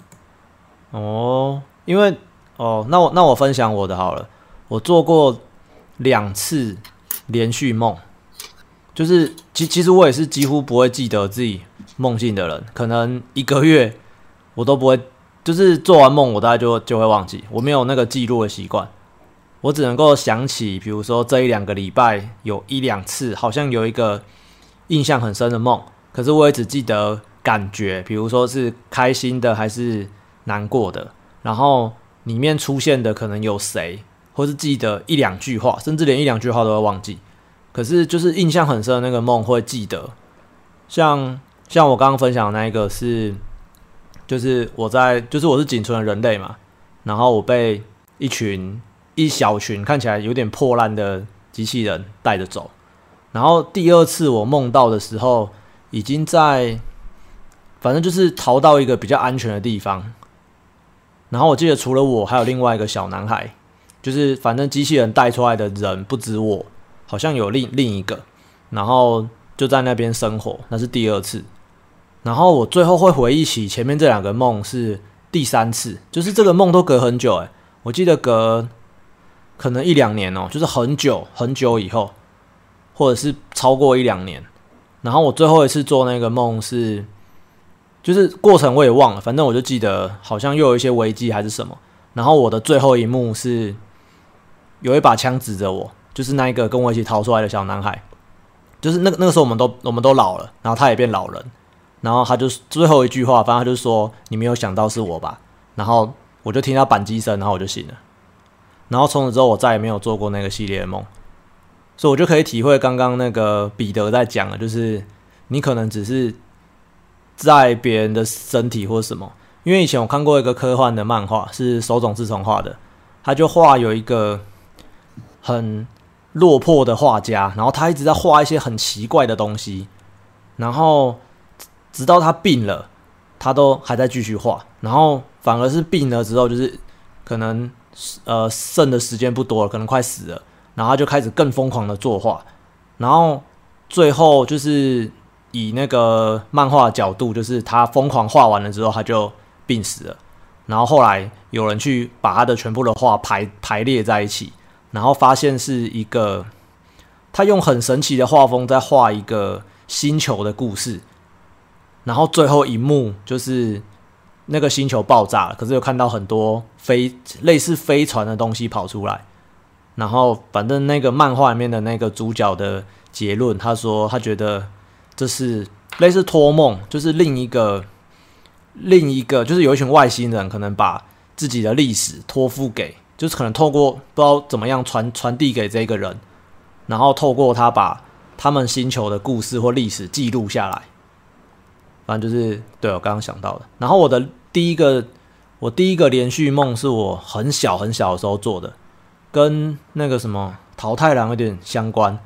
哦，因为哦，那我那我分享我的好了，我做过两次连续梦，就是其其实我也是几乎不会记得自己梦境的人，可能一个月我都不会，就是做完梦我大概就就会忘记，我没有那个记录的习惯，我只能够想起，比如说这一两个礼拜有一两次，好像有一个印象很深的梦，可是我也只记得感觉，比如说是开心的还是难过的，然后里面出现的可能有谁。或是记得一两句话，甚至连一两句话都会忘记。可是就是印象很深的那个梦会记得。像像我刚刚分享的那一个是，就是我在就是我是仅存的人类嘛，然后我被一群一小群看起来有点破烂的机器人带着走。然后第二次我梦到的时候，已经在反正就是逃到一个比较安全的地方。然后我记得除了我，还有另外一个小男孩。就是反正机器人带出来的人不止我，好像有另另一个，然后就在那边生活，那是第二次。然后我最后会回忆起前面这两个梦是第三次，就是这个梦都隔很久诶，我记得隔可能一两年哦，就是很久很久以后，或者是超过一两年。然后我最后一次做那个梦是，就是过程我也忘了，反正我就记得好像又有一些危机还是什么。然后我的最后一幕是。有一把枪指着我，就是那一个跟我一起逃出来的小男孩，就是那个那个时候我们都我们都老了，然后他也变老人，然后他就最后一句话，反正他就说你没有想到是我吧，然后我就听到扳机声，然后我就醒了，然后从此之后我再也没有做过那个系列的梦，所以我就可以体会刚刚那个彼得在讲的，就是你可能只是在别人的身体或什么，因为以前我看过一个科幻的漫画，是手冢治虫画的，他就画有一个。很落魄的画家，然后他一直在画一些很奇怪的东西，然后直到他病了，他都还在继续画，然后反而是病了之后，就是可能呃剩的时间不多了，可能快死了，然后他就开始更疯狂的作画，然后最后就是以那个漫画的角度，就是他疯狂画完了之后，他就病死了，然后后来有人去把他的全部的画排排列在一起。然后发现是一个，他用很神奇的画风在画一个星球的故事，然后最后一幕就是那个星球爆炸了，可是有看到很多飞类似飞船的东西跑出来，然后反正那个漫画里面的那个主角的结论，他说他觉得这是类似托梦，就是另一个另一个就是有一群外星人可能把自己的历史托付给。就是可能透过不知道怎么样传传递给这个人，然后透过他把他们星球的故事或历史记录下来。反正就是对我刚刚想到的。然后我的第一个我第一个连续梦是我很小很小的时候做的，跟那个什么桃太郎有点相关。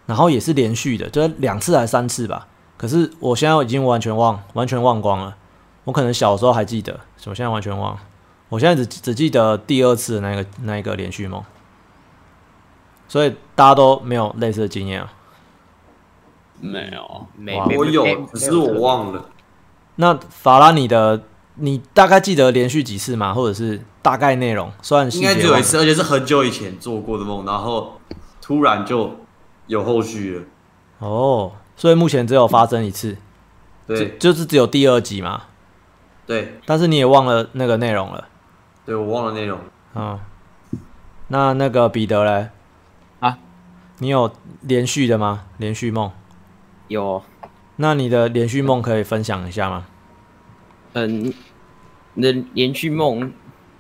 然后也是连续的，就是两次还是三次吧。可是我现在已经完全忘，完全忘光了。我可能小时候还记得，我现在完全忘了。我现在只只记得第二次的那个那一个连续梦。所以大家都没有类似的经验啊？ 没有， 哇没没我有没， 只是我忘了。 那法拉，你的你大概记得连续几次吗？或者是大概内容？虽然细应节忘了该只有一次，而且是很久以前做过的梦，然后突然就有后续了。 哦，所以目前只有发生一次， 对就就是只有第二集嘛。 对但是你也忘了那个内容了。 对，我忘了内容。 嗯，那那个彼得嘞？ 啊， 你有连续的吗？连续梦？ 有， 那你的连续梦可以分享一下吗？ 嗯，你的连续梦，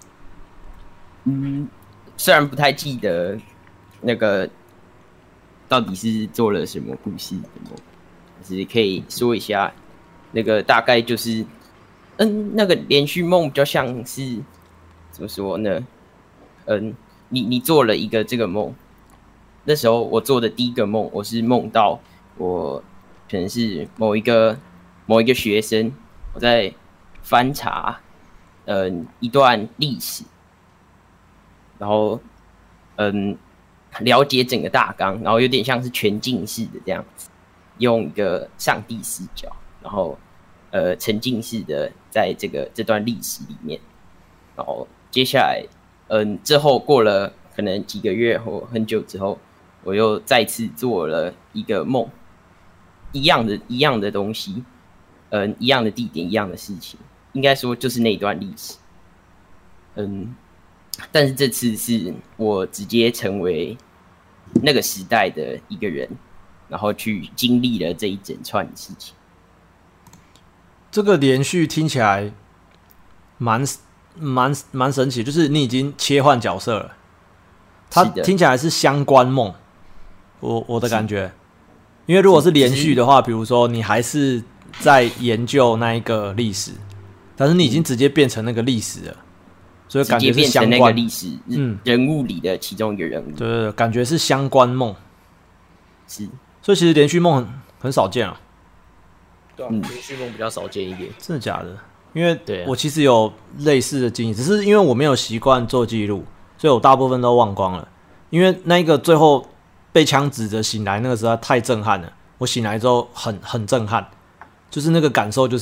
嗯，虽然不太记得那个到底是做了什么故事的梦，但是可以说一下，那个大概就是，嗯，那个连续梦比较像是怎么说呢？嗯，你你做了一个这个梦，那时候我做的第一个梦，我是梦到我可能是某一个某一个学生，我在翻查嗯一段历史，然后嗯了解整个大纲，然后有点像是全镜式的这样子，用一个上帝视角，然后呃沉浸式的在这个这段历史里面，然后接下来嗯之后过了可能几个月或很久之后，我又再次做了一个梦，一样的一样的东西，嗯一样的地点，一样的事情。应该说就是那一段历史，嗯，但是这次是我直接成为那个时代的一个人，然后去经历了这一整串的事情。 这个连续听起来蛮蛮蛮神奇，就是你已经切换角色了，它听起来是相关梦，我我的感觉，因为如果是连续的话，比如说你还是在研究那一个历史。但是你已经直接变成那个历史了，所以感觉是相关。 直接变成那个历史、 嗯、 人物里的其中一个人物。 对对对，感觉是相关梦。 是， 所以其实连续梦很很少见啊。 对啊，连续梦比较少见一点。 真的假的？因为对啊我其实有类似的经历，只是因为我没有习惯做记录，所以我大部分都忘光了。因为那个最后被枪指着醒来那个时候太震撼了，我醒来之后很很震撼，就是那个感受就是。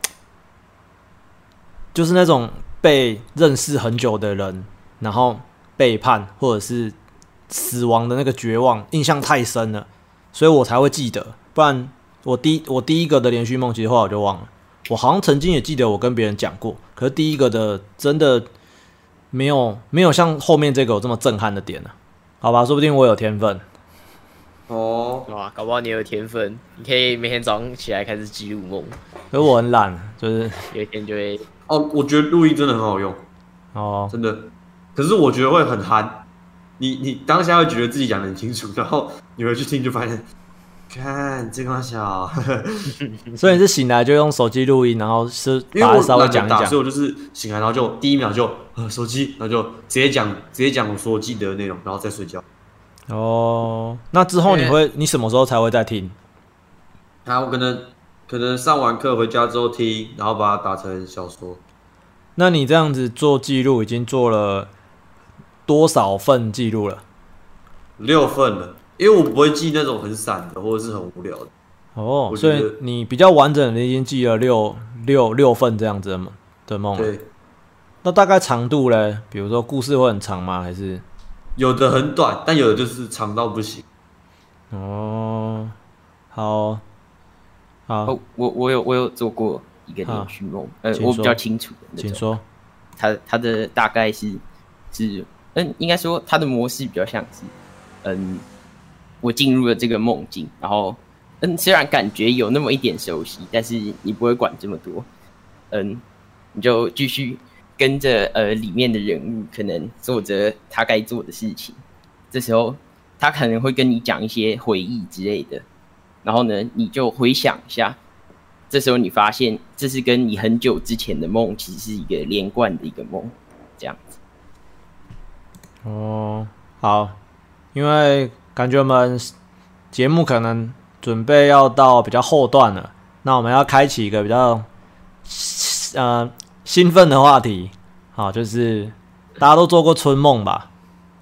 就是那种被认识很久的人，然后背叛或者是死亡的那个绝望，印象太深了，所以我才会记得。不然我第我第一个的连续梦，其实后来我就忘了。我好像曾经也记得我跟别人讲过，可是第一个的真的没有没有像后面这个有这么震撼的点呢、啊。好吧，说不定我有天分。 哦， 哇，搞不好你有天分，你可以每天早上起来开始记录梦， 可是我很懒，就是有一天就会。 哦，我觉得录音真的很好用， 哦， 真的。可是我觉得会很憨，你你当下会觉得自己讲得很清楚，然后你回去听就发现，看这个小， 所以你是醒来就用手机录音，然后是因为我把它稍微懒得打， 讲一讲所以。我就是醒来，然后就第一秒就呃手机，然后就直接讲直接讲我所记得的内容，然后再睡觉。 哦，那之后你会你什么时候才会再听？ 然后我可能可能上完课回家之后听，然后把它打成小说。 那你这样子做记录已经做了多少份记录了？ 六份了，因为我不会记那种很散的或者是很无聊的。 哦， 我觉得所以你比较完整的已经记了六六六份这样子的梦的梦了。 对， 那大概长度嘞？比如说故事会很长吗？还是？ 有的很短，但有的就是长到不行。 哦，好，好， 哦，我我有我有做过一个连续梦，呃， 请说我比较清楚的那种。 请说。 它它的大概是是嗯，应该说它的模式比较像是嗯，我进入了这个梦境，然后嗯，虽然感觉有那么一点熟悉，但是你不会管这么多，嗯，你就继续跟着呃里面的人物，可能做着他该做的事情。这时候他可能会跟你讲一些回忆之类的，然后呢，你就回想一下。这时候你发现，这是跟你很久之前的梦其实是一个连贯的一个梦，这样子。 哦，好，因为感觉我们节目可能准备要到比较后段了，那我们要开启一个比较呃兴奋的话题，好，就是大家都做过春梦吧？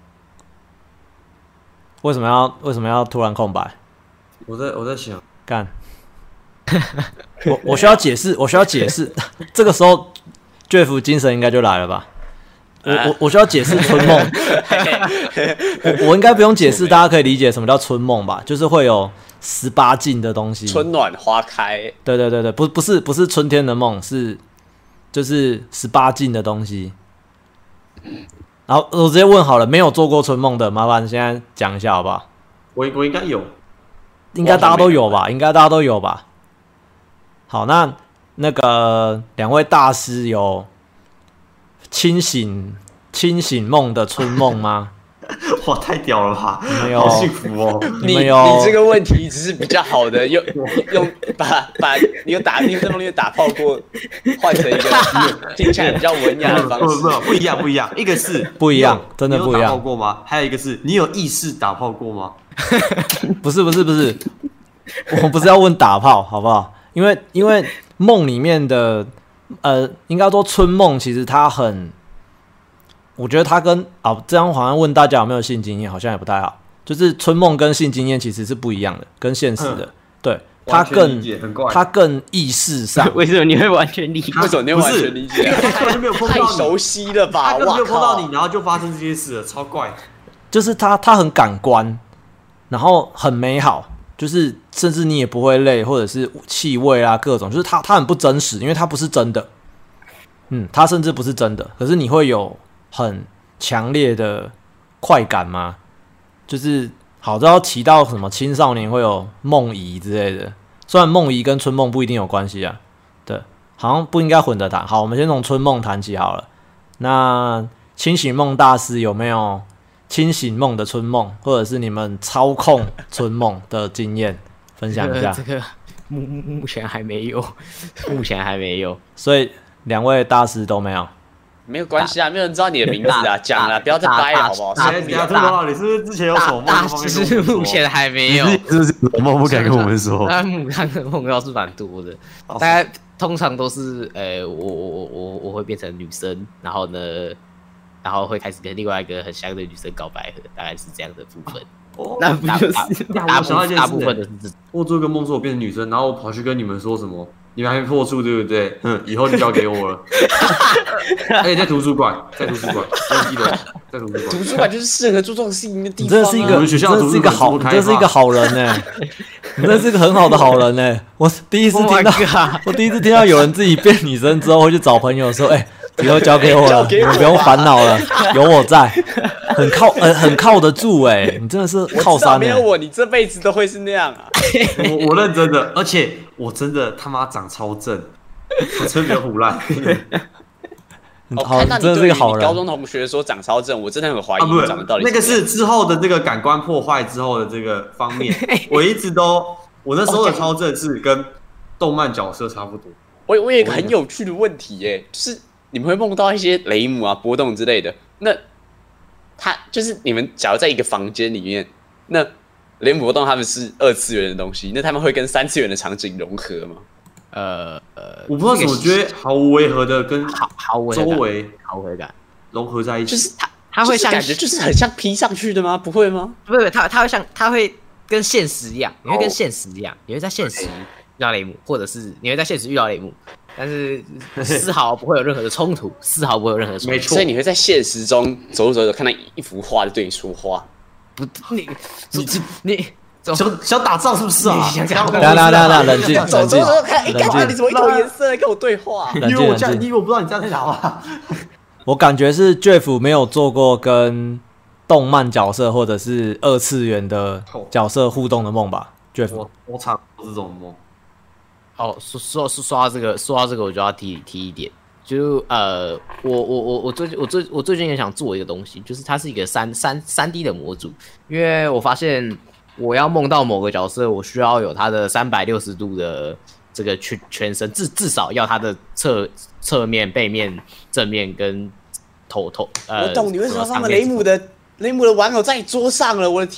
为什么要为什么要突然空白？ 我在我在想， 干，我我需要解释，我需要解释，这个时候 Jeff 精神应该就来了吧？我我我需要解释春梦，我我应该不用解释，大家可以理解什么叫春梦吧？就是会有十八禁的东西， 春暖花开。 对对对对，不不是不是春天的梦，是就是十八禁的东西。然后我直接问好了，没有做过春梦的，麻烦现在讲一下好不好？ 我我应该有， 应该大家都有吧？应该大家都有吧？好，那那个两位大师有清醒清醒梦的春梦吗？ 哇，太屌了吧！ 你们有好幸福哦！ 你你们有你这个问题只是比较好的，用用把把你有打你有在梦里面打炮过，换成一个听起来比较文雅的方式。 不不不一样不一样，一个是不一样你有真的不一样你有打炮过吗？还有一个是你有意识打炮过吗？ 不是不是不是，我不是要问打炮好不好？因为因为梦里面的呃，应该说春梦，其实它很，我觉得它跟啊这样好像问大家有没有性经验，好像也不太好。就是春梦跟性经验其实是不一样的，跟现实的，对它完全更理解很怪它更意识上， 为什么你会完全理解？ 为什么你会完全理解？ 他根本就没有碰太到你， 熟悉了吧？ 他根本没有碰哇靠到你，然后就发生这些事了，超怪。 就是它它很感官，然后很美好，就是甚至你也不会累，或者是气味啊各种，就是它它很不真实，因为它不是真的，嗯，它甚至不是真的，可是你会有很强烈的快感吗？就是好，这要提到什么青少年会有梦遗之类的，虽然梦遗跟春梦不一定有关系啊，对，好像不应该混着谈。好，我们先从春梦谈起好了。那清醒梦大师有没有清醒梦的春梦，或者是你们操控春梦的经验分享一下？ 这个、这个、目目前还没有，目前还没有。 所以两位大师都没有。 没有关系啊，没有人知道你的名字啊，讲了不要再掰了好不好？ 大哎，等一下，兔头，你是不是之前有什么梦大不方便师跟我们说目前还没有， 你是不是有梦不敢跟我们说？ 那母汤的梦倒是蛮多的，大概通常都是，呃，我我我我我会变成女生，然后呢，然后会开始跟另外一个很香的女生搞白合，大概是这样的部分。 哦那不就是大我想到一件事部大部分都是这种。 我做一个梦说我变成女生，然后我跑去跟你们说什么？你们还没破处对不对？嗯，以后就交给我了。而且在图书馆，在图书馆，我记得在图书馆。 图书馆就是适合做这种事情的地你方、啊。 真的是一个， 我们学校真的是一个好， 图书馆你真的是一个好人呢、欸。你真的是一个很好的好人呢、欸。我第一次听到 Oh my god 我第一次听到有人自己变女生之后会去找朋友说：“哎、欸，以后交给我了， 交给我啊你们不用烦恼了，有我在，很靠，呃，很靠得住哎、欸。你真的是靠我知道山哎、欸。 没有我，你这辈子都会是那样啊！ 我我认真的，而且我真的他妈长超正，我真的没有胡乱。 我好，你看到你对于真的是一个好人。 你高中同学说长超正，我真的很怀疑啊，不是你长得到底那个怎么样是之后的这个感官破坏之后的这个方面，我一直都我那时候的超正是跟动漫角色差不多。 我我有一个很有趣的问题耶，就是你们会梦到一些雷姆啊、波动之类的，那他就是你们假如在一个房间里面，那雷姆波动他们是二次元的东西，那他们会跟三次元的场景融合吗？ 呃呃， 我不知道怎么觉得毫无违和的跟好好违周和感， 围好违和感。 融合在一起， 就是他， 它会像就是感觉就是很像 P 上去的吗？不会吗？ 不不，它它会像它会跟现实一样，你会跟哦现实一样，你会在现实遇到雷姆，或者是你会在现实遇到雷姆，但是丝毫不会有任何的冲突，丝毫不会有任何的冲突。 没错所以你会在现实中走走走，看到一幅画就对你说话。 不，你你你走想想打仗是不是啊？ 你想想想等下等下等下，冷静走冷静走走，看，哎， 冷干嘛？你静。 怎么一头颜色跟我对话？ 冷静因为我这样， 冷静因为我不知道你这样在打啊。 我感觉是 Jeff 没有做过跟动漫角色或者是二次元的角色互动的梦吧 ？Jeff， 我我常做这种梦， 哦，说说说说到这个，说到这个，我就要提提一点，就呃，我我我我最近我最我最近也想做一个东西，就是它是一个三三三 D 的模组，因为我发现我要梦到某个角色，我需要有它的三百六十度的这个全全身，至至少要它的侧侧面、背面、正面跟头头。呃， 我懂你为什么上面放了雷姆的雷姆的玩偶在你桌上了，我的天！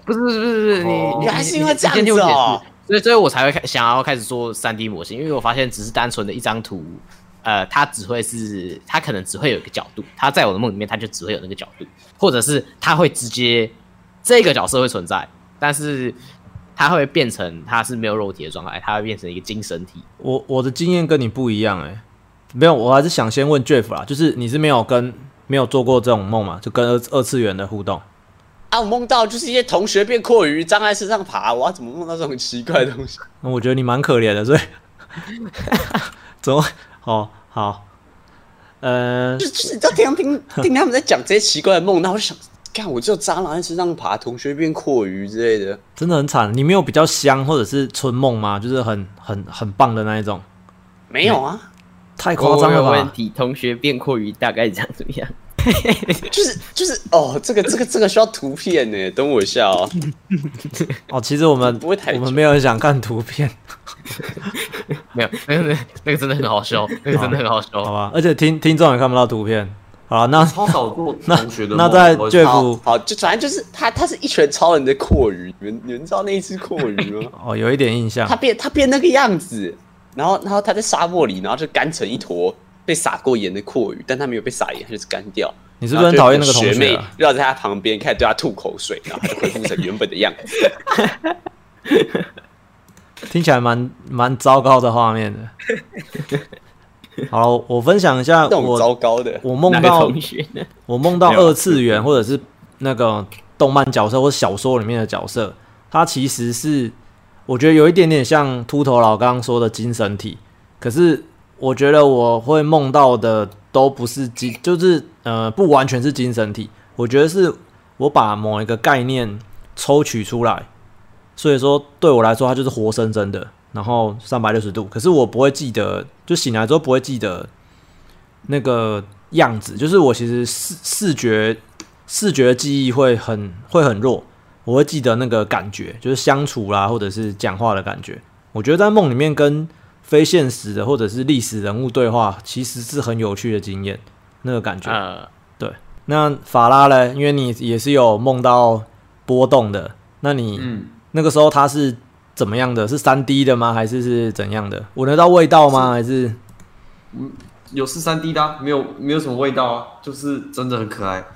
不是不是不是不是，你哦你原来是因为这样子哦你先听我解释，所以所以我才会开想要开始做三 D 模型，因为我发现只是单纯的一张图，呃，它只会是它可能只会有一个角度，它在我的梦里面它就只会有那个角度，或者是它会直接这个角色会存在，但是它会变成它是没有肉体的状态，它会变成一个精神体。 我我的经验跟你不一样哎、欸，没有，我还是想先问 Jeff 啦，就是你是没有跟没有做过这种梦嘛，就跟二二次元的互动。 啊，我梦到就是一些同学变阔鱼，站在身上爬，我要怎么梦到这种奇怪的东西？ 那我觉得你蛮可怜的，所以怎么哦好，呃， 就就是你知道听听听他们在讲这些奇怪的梦，那我就想，看我只有蟑螂在身上爬，同学变阔鱼之类的， 真的很惨。你没有比较香或者是春梦吗？就是很很很棒的那一种， 没有啊， 太夸张了吧？ 我有问题，同学变阔鱼大概长怎么样？ 就是就是哦，这个这个这个需要图片呢，等我一下哦。 哦，其实我们不会太久我们没有人想看图片， 没有，那个那个真的很好笑，那个真的很好笑。 好吧？而且听听众也看不到图片。好了，那超少做同学的梦。 那在我 Jeff 好好，就反正就是他，他是一拳超人的阔鱼，你们你们知道那一只阔鱼吗？ 哦有一点印象他，变他变那个样子，然后然后他在沙漠里，然后就干成一坨被撒过盐的阔鱼，但他没有被撒盐，他就是干掉。 你是不是很讨厌那个同学妹学啊？ 绕在他旁边，开始对他吐口水，然后他就恢复成原本的样子。 听起来蛮蛮糟糕的画面的。好了，我分享一下这种糟我糕的， 哪个我梦到同学呢？ 我梦到没有啊二次元或者是那个动漫角色或小说里面的角色，它其实是我觉得有一点点像秃头佬刚刚说的精神体，可是我觉得我会梦到的都不是精，就是呃不完全是精神体，我觉得是我把某一个概念抽取出来，所以说对我来说它就是活生生的，然后三百六十度，可是我不会记得，就醒来之后不会记得那个样子，就是我其实视视觉视觉记忆会很会很弱，我会记得那个感觉，就是相处啦，或者是讲话的感觉。我觉得在梦里面跟非现实的或者是历史人物对话，其实是很有趣的经验，那个感觉。 呃， 那法拉呢？因为你也是有梦到波动的，那你嗯， 那个时候它是怎么样的？是 三 D 的吗？还是是怎样的？闻得到味道吗？还是有是三 D 的、啊，没有没有什么味道啊，就是真的很可爱。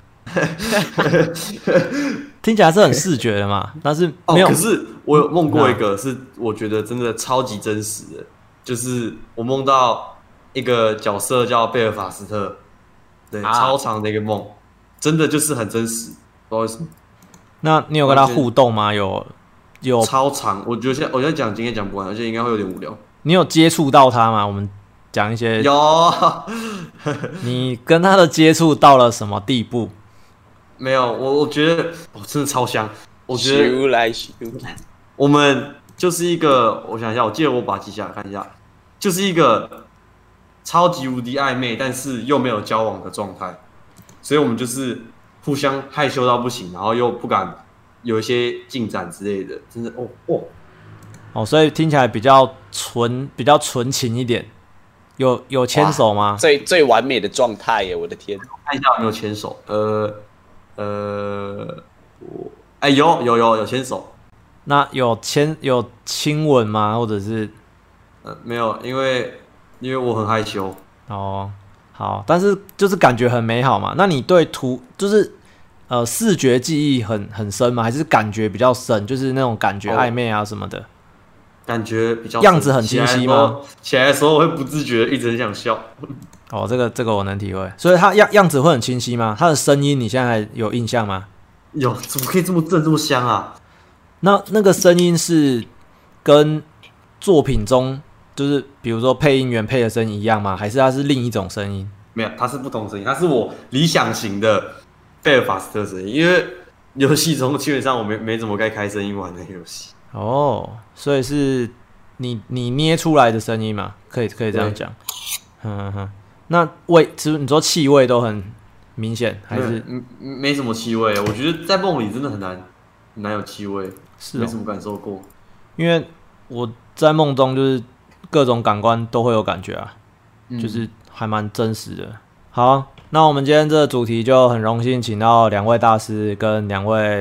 听起来是很视觉的嘛？但是哦， 没有。 可是我有梦过一个，是我觉得真的超级真实的，就是我梦到一个角色叫贝尔法斯特，对， 啊超长的一个梦，真的就是很真实，不知道为什么， 那你有跟他互动吗？有有， 超长。我觉得现在我现在讲今天讲不完，而且应该会有点无聊。 你有接触到他吗？我们讲一些， 有你跟他的接触到了什么地步？ 没有？我我觉得哦，真的超香。我觉得修来修来， 我们就是一个，我想一下，我记得我把它记下来看一下，就是一个超级无敌暧昧，但是又没有交往的状态，所以我们就是互相害羞到不行，然后又不敢有一些进展之类的，真的哦哦， 哦，所以听起来比较纯，比较纯情一点。有有牵手吗？ 最最完美的状态耶！我的天， 看一下有没有牵手，呃呃，我哎有有有有牵手， 那有牵有亲吻吗？或者是呃没有，因为因为我很害羞， 哦好，但是就是感觉很美好嘛。那你对图就是呃视觉记忆很很深吗？还是感觉比较深？就是那种感觉哦暧昧啊什么的？ 感觉比较样子很清晰吗？ 起来的时候我会不自觉地一直很想笑。 哦，这个这个我能体会。所以它样样子会很清晰吗？它的声音你现在还有印象吗？ 有，怎么可以这么正这么香啊？ 那那个声音是跟作品中就是比如说配音员配的声音一样吗？还是它是另一种声音？ 没有，它是不同声音，它是我理想型的贝尔法斯特声音。因为游戏中基本上我没没怎么该开声音玩的游戏。 哦，所以是你你捏出来的声音嘛？可以可以这样讲。嗯哼，那味，其实你说气味都很明显，还是嗯没什么气味？我觉得在梦里真的很难很难有气味， 是、哦、 没什么感受过。 因为我在梦中就是各种感官都会有感觉啊， 嗯、 就是还蛮真实的。好，那我们今天这个主题就很荣幸请到两位大师跟两位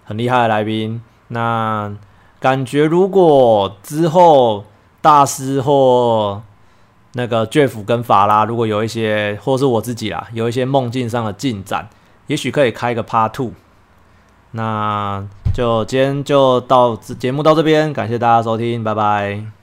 很厉害的来宾。那感觉如果之后大师或那个 Jeff 跟法拉如果有一些，或是我自己啦，有一些梦境上的进展，也许可以开个 Part Two。那就今天就到节目到这边，感谢大家收听，拜拜。